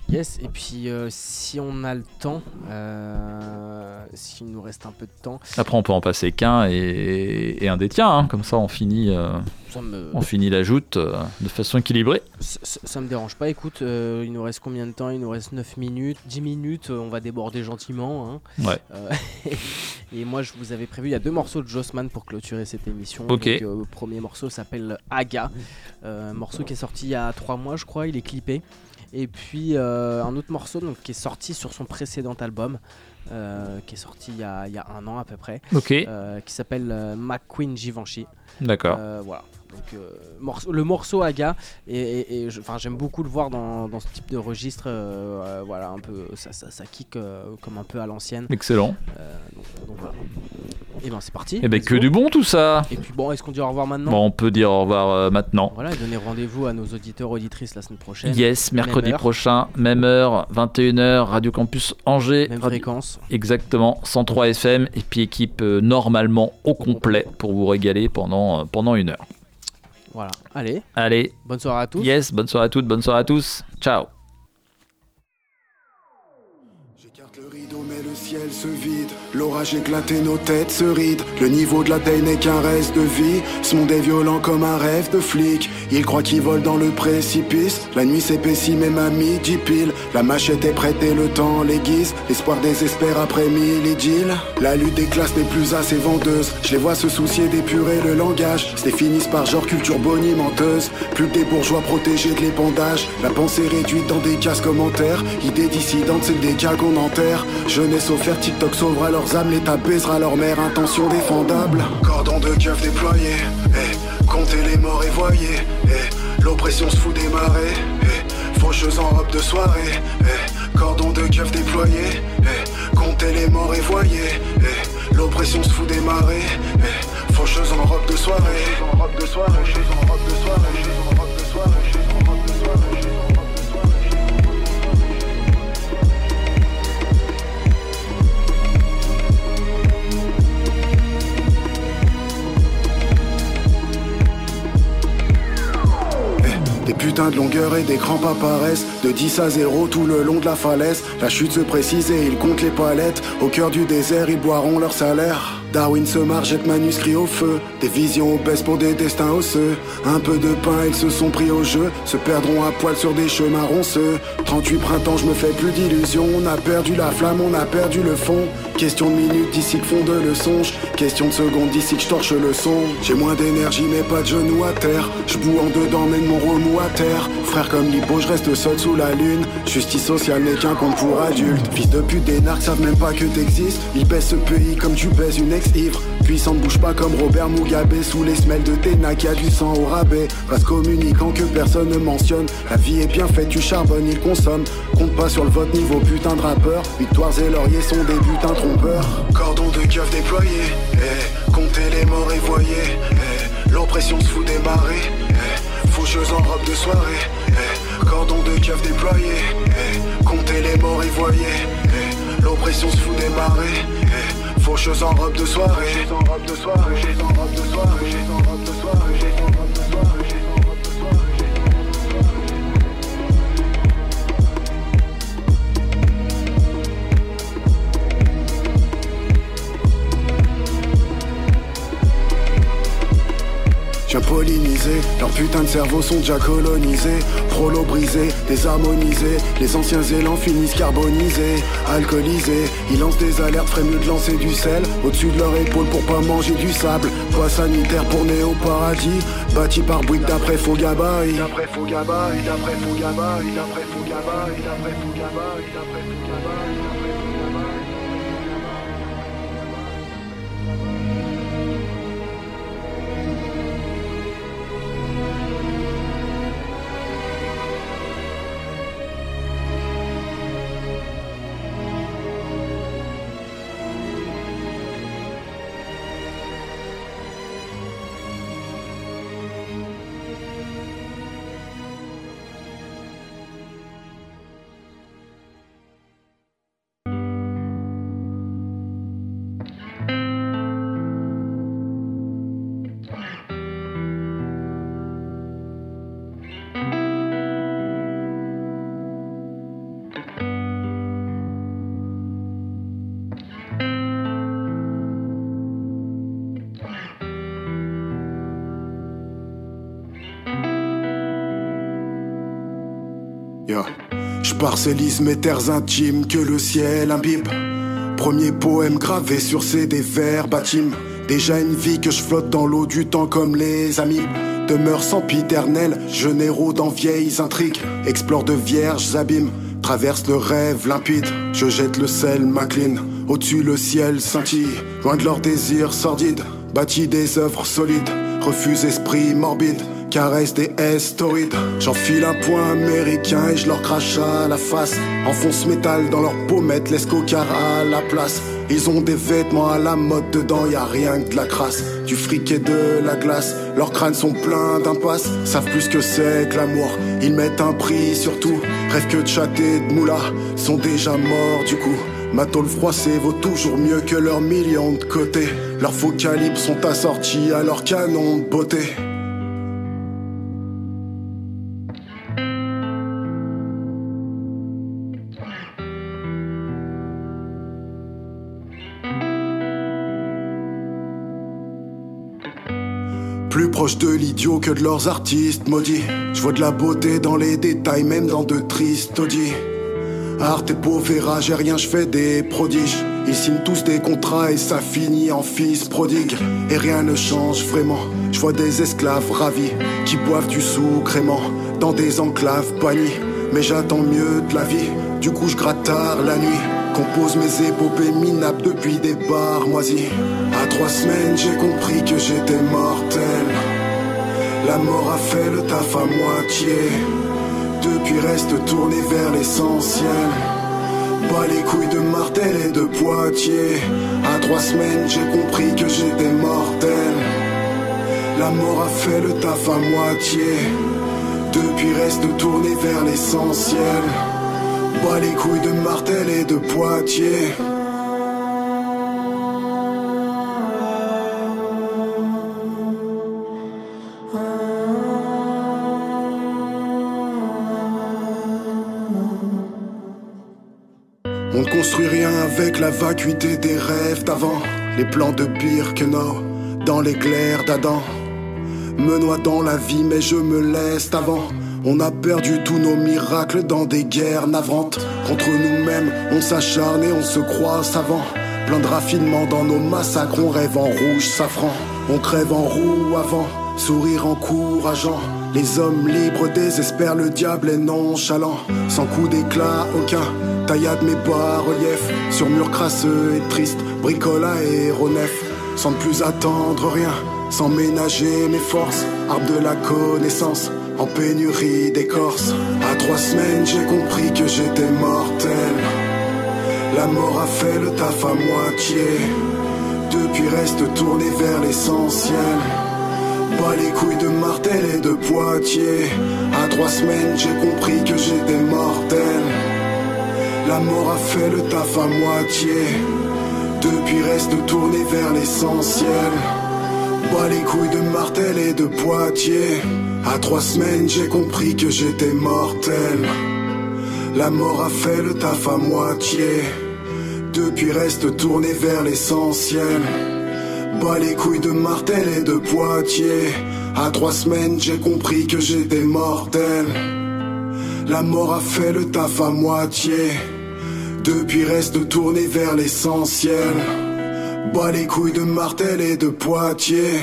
[SPEAKER 8] Yes, et puis si on a le temps, s'il nous reste un peu de temps...
[SPEAKER 7] Après on peut en passer qu'un et un des tiens, hein. Comme ça on finit la joute de façon équilibrée.
[SPEAKER 8] Ça me dérange pas, écoute, il nous reste combien de temps ? Il nous reste 9 minutes, 10 minutes, on va déborder gentiment. Hein.
[SPEAKER 7] Ouais.
[SPEAKER 8] Et moi je vous avais prévu, il y a 2 morceaux de Jossman pour clôturer cette émission.
[SPEAKER 7] Ok.
[SPEAKER 8] Donc, le premier morceau s'appelle Aga, morceau qui est sorti il y a 3 mois je crois, il est clippé. Et puis un autre morceau donc, qui est sorti sur son précédent album, qui est sorti il y a 1 an à peu près,
[SPEAKER 7] qui
[SPEAKER 8] s'appelle McQueen Givenchy.
[SPEAKER 7] D'accord.
[SPEAKER 8] Voilà. Donc, le morceau Aga, et j'aime beaucoup le voir dans ce type de registre. Voilà, un peu, ça kick comme un peu à l'ancienne.
[SPEAKER 7] Excellent.
[SPEAKER 8] Donc voilà. Et ben c'est parti.
[SPEAKER 7] Et ben que du bon tout ça.
[SPEAKER 8] Et puis bon, est-ce qu'on dit au revoir maintenant ?
[SPEAKER 7] Bon, on peut dire au revoir maintenant.
[SPEAKER 8] Voilà, et donner rendez-vous à nos auditeurs auditrices la semaine prochaine.
[SPEAKER 7] Yes, mercredi prochain, même heure, 21h, Radio Campus Angers.
[SPEAKER 8] Même fréquence.
[SPEAKER 7] Exactement, 103 FM et puis équipe normalement au complet pour vous régaler pendant 1 heure.
[SPEAKER 8] Voilà,
[SPEAKER 7] allez.
[SPEAKER 8] Bonne soirée à tous.
[SPEAKER 7] Yes, bonne soirée à toutes, bonne soirée à tous. Ciao.
[SPEAKER 11] Mais le ciel se vide, l'orage éclate et nos têtes se rident. Le niveau de la taille n'est qu'un reste de vie. Ce monde est violent comme un rêve de flic. Il croit qu'il vole dans le précipice. La nuit s'épaissit même à midi pile. La machette est prête et le temps l'aiguise. L'espoir désespère après 1000 idylles. La lutte des classes n'est plus assez vendeuse. Je les vois se soucier d'épurer le langage. Se définissent par genre culture bonimenteuse. Plus que des bourgeois protégés de l'épandage. La pensée réduite dans des cases commentaires. Idées dissidentes, c'est des cas qu'on enterre. Jeunesse offerte, TikTok sauvera leurs âmes, l'État baisera leur mère, intention défendable. Cordon de keufs déployé, comptez les morts et voyez, l'oppression se fout des marées, faucheuse en robe de soirée, cordon de keufs déployé, comptez les morts et voyez, l'oppression se fout des marées, faucheuse en robe de soirée, en robe de soirée, en robe de soirée, en robe de soirée. Des putains de longueurs et des crampes apparaissent. De 10 à 0 tout le long de la falaise. La chute se précise et ils comptent les palettes. Au cœur du désert ils boiront leur salaire. Darwin se marre, jette manuscrit au feu. Des visions obèses pour des destins osseux. Un peu de pain, ils se sont pris au jeu. Se perdront à poil sur des chemins ronceux. 38 printemps, je me fais plus d'illusions. On a perdu la flamme, on a perdu le fond. Question de minutes d'ici que fonde le songe. Question de secondes d'ici que je torche le son. J'ai moins d'énergie mais pas de genoux à terre. Je boue en dedans mais de mon remous à terre. Frère comme Libo, je reste seul sous la lune. Justice sociale n'est qu'un compte pour adultes. Fils de pute, des narcs savent même pas que t'existes. Ils baissent ce pays comme tu baises une ex-ivre. Puissant ne bouge pas comme Robert Mugabe. Sous les semelles de Téna qui a du sang au rabais. Reste communicant que personne ne mentionne. La vie est bien faite, tu charbonnes, il consomme. Compte pas sur le vote niveau putain de rappeur. Victoires et lauriers sont des butins trompeurs. Cordon de keufs déployé, comptez les morts et voyez, l'oppression se fout des marées, faucheuse en robe de soirée, cordon de keufs déployé, comptez les morts et voyez, l'oppression se fout des marées, faucheuse en robe de soirée, en robe de soirée, en robe de soirée, en robe de soirée, en robe de soirée. Pollinisés, leurs putains de cerveaux sont déjà colonisés. Prolo brisé, désharmonisé. Les anciens élans finissent carbonisés, alcoolisés. Ils lancent des alertes, ferait mieux de lancer du sel au-dessus de leur épaule pour pas manger du sable. Poids sanitaire pour néo paradis, bâti par Bouygues d'après faux gabarit. D'après faux gabarit, d'après faux gabarit, d'après faux gabarit, d'après faux gabarit, d'après faux gabarit. J'parcellise mes terres intimes que le ciel imbibe. Premier poème gravé sur CD verbatim. Déjà une vie que je flotte dans l'eau du temps comme les amis. Demeure sempiternelle, jeune héros dans vieilles intrigues. Explore de vierges abîmes, traverse le rêve limpide. Je jette le sel, m'incline, au-dessus le ciel scintille. Loin de leurs désirs sordides, bâtis des œuvres solides. Refuse esprit morbide, caresse des S torrides. J'enfile un point américain et je leur crache à la face. Enfonce métal dans leurs pommettes, laisse cocar à la place. Ils ont des vêtements à la mode, dedans y'a rien que de la crasse. Du fric et de la glace, leurs crânes sont pleins d'impasses. Savent plus que c'est que l'amour, ils mettent un prix sur tout. Rêvent que de chatter de moula, sont déjà morts du coup. Ma tôle froissée vaut toujours mieux que leurs millions de côtés. Leurs faux calibres sont assortis à leurs canons de beauté. Plus proche de l'idiot que de leurs artistes maudits. Je vois de la beauté dans les détails, même dans de tristes taudis. Art et pauvera, j'ai rien, je fais des prodiges. Ils signent tous des contrats et ça finit en fils prodigue. Et rien ne change vraiment. Je vois des esclaves ravis qui boivent du sucre aimant dans des enclaves bannies. Mais j'attends mieux de la vie, du coup je gratte tard la nuit. Compose mes épopées minables depuis des bars moisis. À 3 semaines j'ai compris que j'étais mortel. La mort a fait le taf à moitié. Depuis reste tourné vers l'essentiel. Bas les couilles de Martel et de Poitiers. À 3 semaines j'ai compris que j'étais mortel. La mort a fait le taf à moitié. Depuis reste tourné vers l'essentiel. Bas les couilles de Martel et de Poitiers. On ne construit rien avec la vacuité des rêves d'avant. Les plans de Birkenau dans l'éclair d'Adam me noie dans la vie mais je me laisse avant. On a perdu tous nos miracles dans des guerres navrantes. Contre nous-mêmes, on s'acharne et on se croit savant. Plein de raffinement dans nos massacres, on rêve en rouge safran. On crève en roue avant, sourire encourageant. Les hommes libres désespèrent, le diable est nonchalant. Sans coup d'éclat aucun, taillade mes bas-reliefs. Sur murs crasseux et tristes, bricole aéronef. Sans ne plus attendre rien, sans ménager mes forces. Arbre de la connaissance, en pénurie d'écorce. À 3 semaines j'ai compris que j'étais mortel. La mort a fait le taf à moitié. Depuis reste tourné vers l'essentiel. Bas les couilles de Martel et de Poitiers. À 3 semaines j'ai compris que j'étais mortel. La mort a fait le taf à moitié. Depuis reste tourné vers l'essentiel. Bas les couilles de Martel et de Poitiers. À 3 semaines j'ai compris que j'étais mortel. La mort a fait le taf à moitié. Depuis reste tourné vers l'essentiel. Bas les couilles de Martel et de Poitiers. À 3 semaines j'ai compris que j'étais mortel. La mort a fait le taf à moitié. Depuis reste tourné vers l'essentiel. Bas les couilles de Martel et de Poitiers.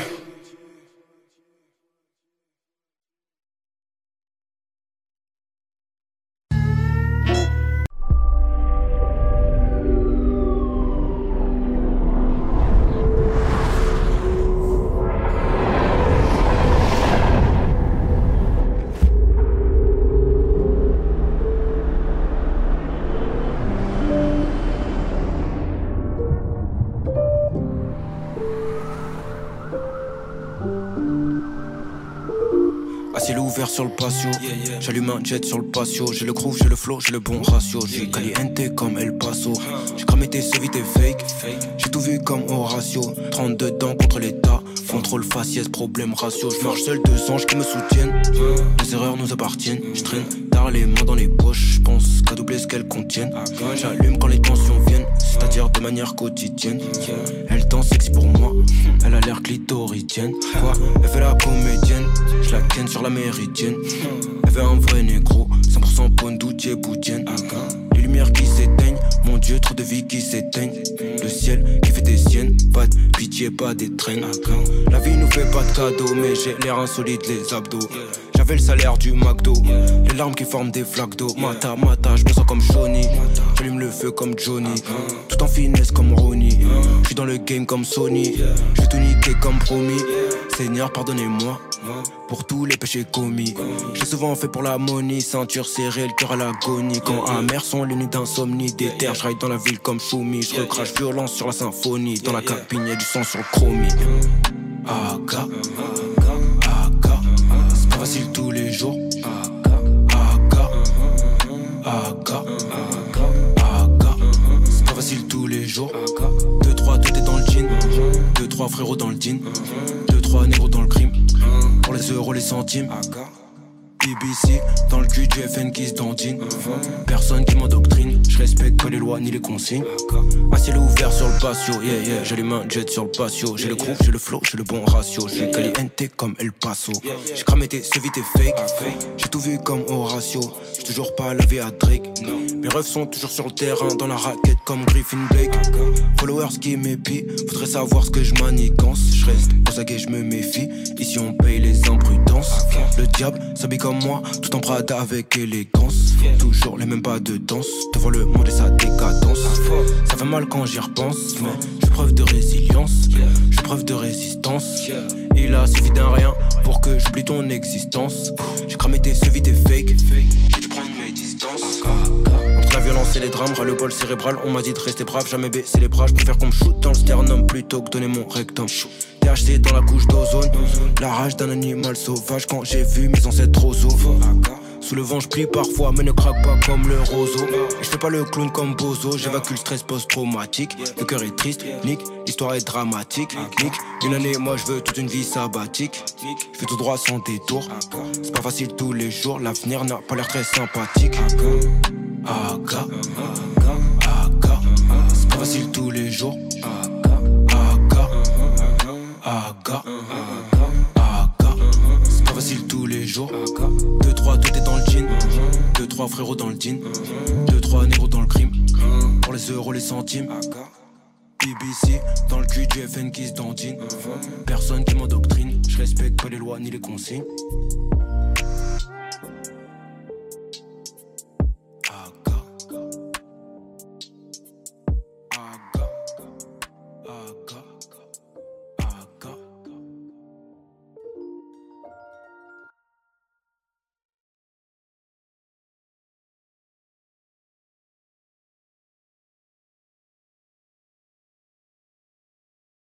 [SPEAKER 21] Sur le patio, j'allume un jet sur le patio. J'ai le groove, j'ai le flow, j'ai le bon ratio. J'ai caliente comme El Paso. J'ai cramé tes sevis, tes fake. J'ai tout vu comme Horatio. 32 dents contre l'état. Contrôle faciès, problème ratio. Je marche seul, 2 anges qui me soutiennent. Les erreurs nous appartiennent. Je traîne tard les mains dans les poches. Je pense qu'à doubler ce qu'elles contiennent. J'allume quand les tensions viennent, c'est-à-dire de manière quotidienne. Elle danse sexy pour moi. Elle a l'air clitoridienne. Quoi? Elle fait la comédienne. Je la ken sur la méridienne. veux un vrai négro, 100% Pondou, Djeboudienne. Les lumières qui s'éteignent, mon Dieu, trop de vies qui s'éteignent. Le ciel qui fait des siennes, pas de pitié, pas des traînes. La vie nous fait pas de cadeaux, mais j'ai l'air insolide, les abdos. J'avais le salaire du McDo, les larmes qui forment des flaques d'eau. Mata, je me sens comme Johnny, j'allume le feu comme Johnny, tout en finesse comme Ronnie. J'suis dans le game comme Sony, j'vais tout niquer comme promis. Seigneur, pardonnez-moi pour tous les péchés commis. J'ai souvent fait pour la money, ceinture serrée, le cœur à l'agonie. Quand amer sont les nuits d'insomnie, des terres, j'raille dans la ville comme Choumi. J'recrache violence sur la symphonie, dans la cabine y'a du sang sur le chromie. Aga, c'est pas facile tous les jours. Aga, c'est pas facile tous les jours. 2-3, tout est dans le jean. 2-3 frérots dans le jean. 2-3 négros dans le crime. Pour les euros, les centimes. BBC, dans le cul du FN qui se dandine. Personne qui m'endoctrine, je respecte pas les lois ni les consignes. Un ciel ouvert sur le patio, yeah, j'allume un jet sur le patio. J'ai le groove, j'ai le flow, j'ai le bon ratio. J'ai caliente comme El Paso. J'ai cramé tes vite et fake. J'ai tout vu comme Horatio. J'ai toujours pas lavé à Drake. Mes rêves sont toujours sur le terrain, dans la raquette comme Griffin Blake. Followers qui m'épient, faudrait savoir ce que je manigance. Je reste pour ça que je me méfie. Ici on paye les imprudences. Le diable s'habille comme moi, tout en Prada avec élégance. Toujours les mêmes pas de danse, devant le monde et sa décadence. Ça fait mal quand j'y repense, mais je fais preuve de résilience, je fais preuve de résistance. Il a suffi d'un rien pour que j'oublie ton existence. J'ai cramé tes vite et fake, j'ai dû prendre mes distances. Entre la violence et les drames, ras le bol cérébral. On m'a dit de rester brave, jamais baisser les bras. Je préfère qu'on me shoot dans le sternum plutôt que donner mon rectum. THC dans la couche d'ozone, la rage d'un animal sauvage. Quand j'ai vu mes ancêtres aux os, sous le vent je plie parfois mais ne craque pas comme le roseau. Et je fais pas le clown comme Bozo, j'évacue le stress post-traumatique. Le cœur est triste, nique, l'histoire est dramatique. Nique, une année moi je veux toute une vie sabbatique. Je fais tout droit sans détour, c'est pas facile tous les jours. L'avenir n'a pas l'air très sympathique. Aga, c'est pas facile tous les jours. Aga, c'est pas facile tous les jours. 2-3, tout est dans le jean. 2-3 frérots dans le jean. 2-3 négros dans le crime. Pour les euros, les centimes. BBC, dans le cul du FN qui se dandine. Personne qui m'endoctrine, je respecte pas les lois ni les consignes. Aga,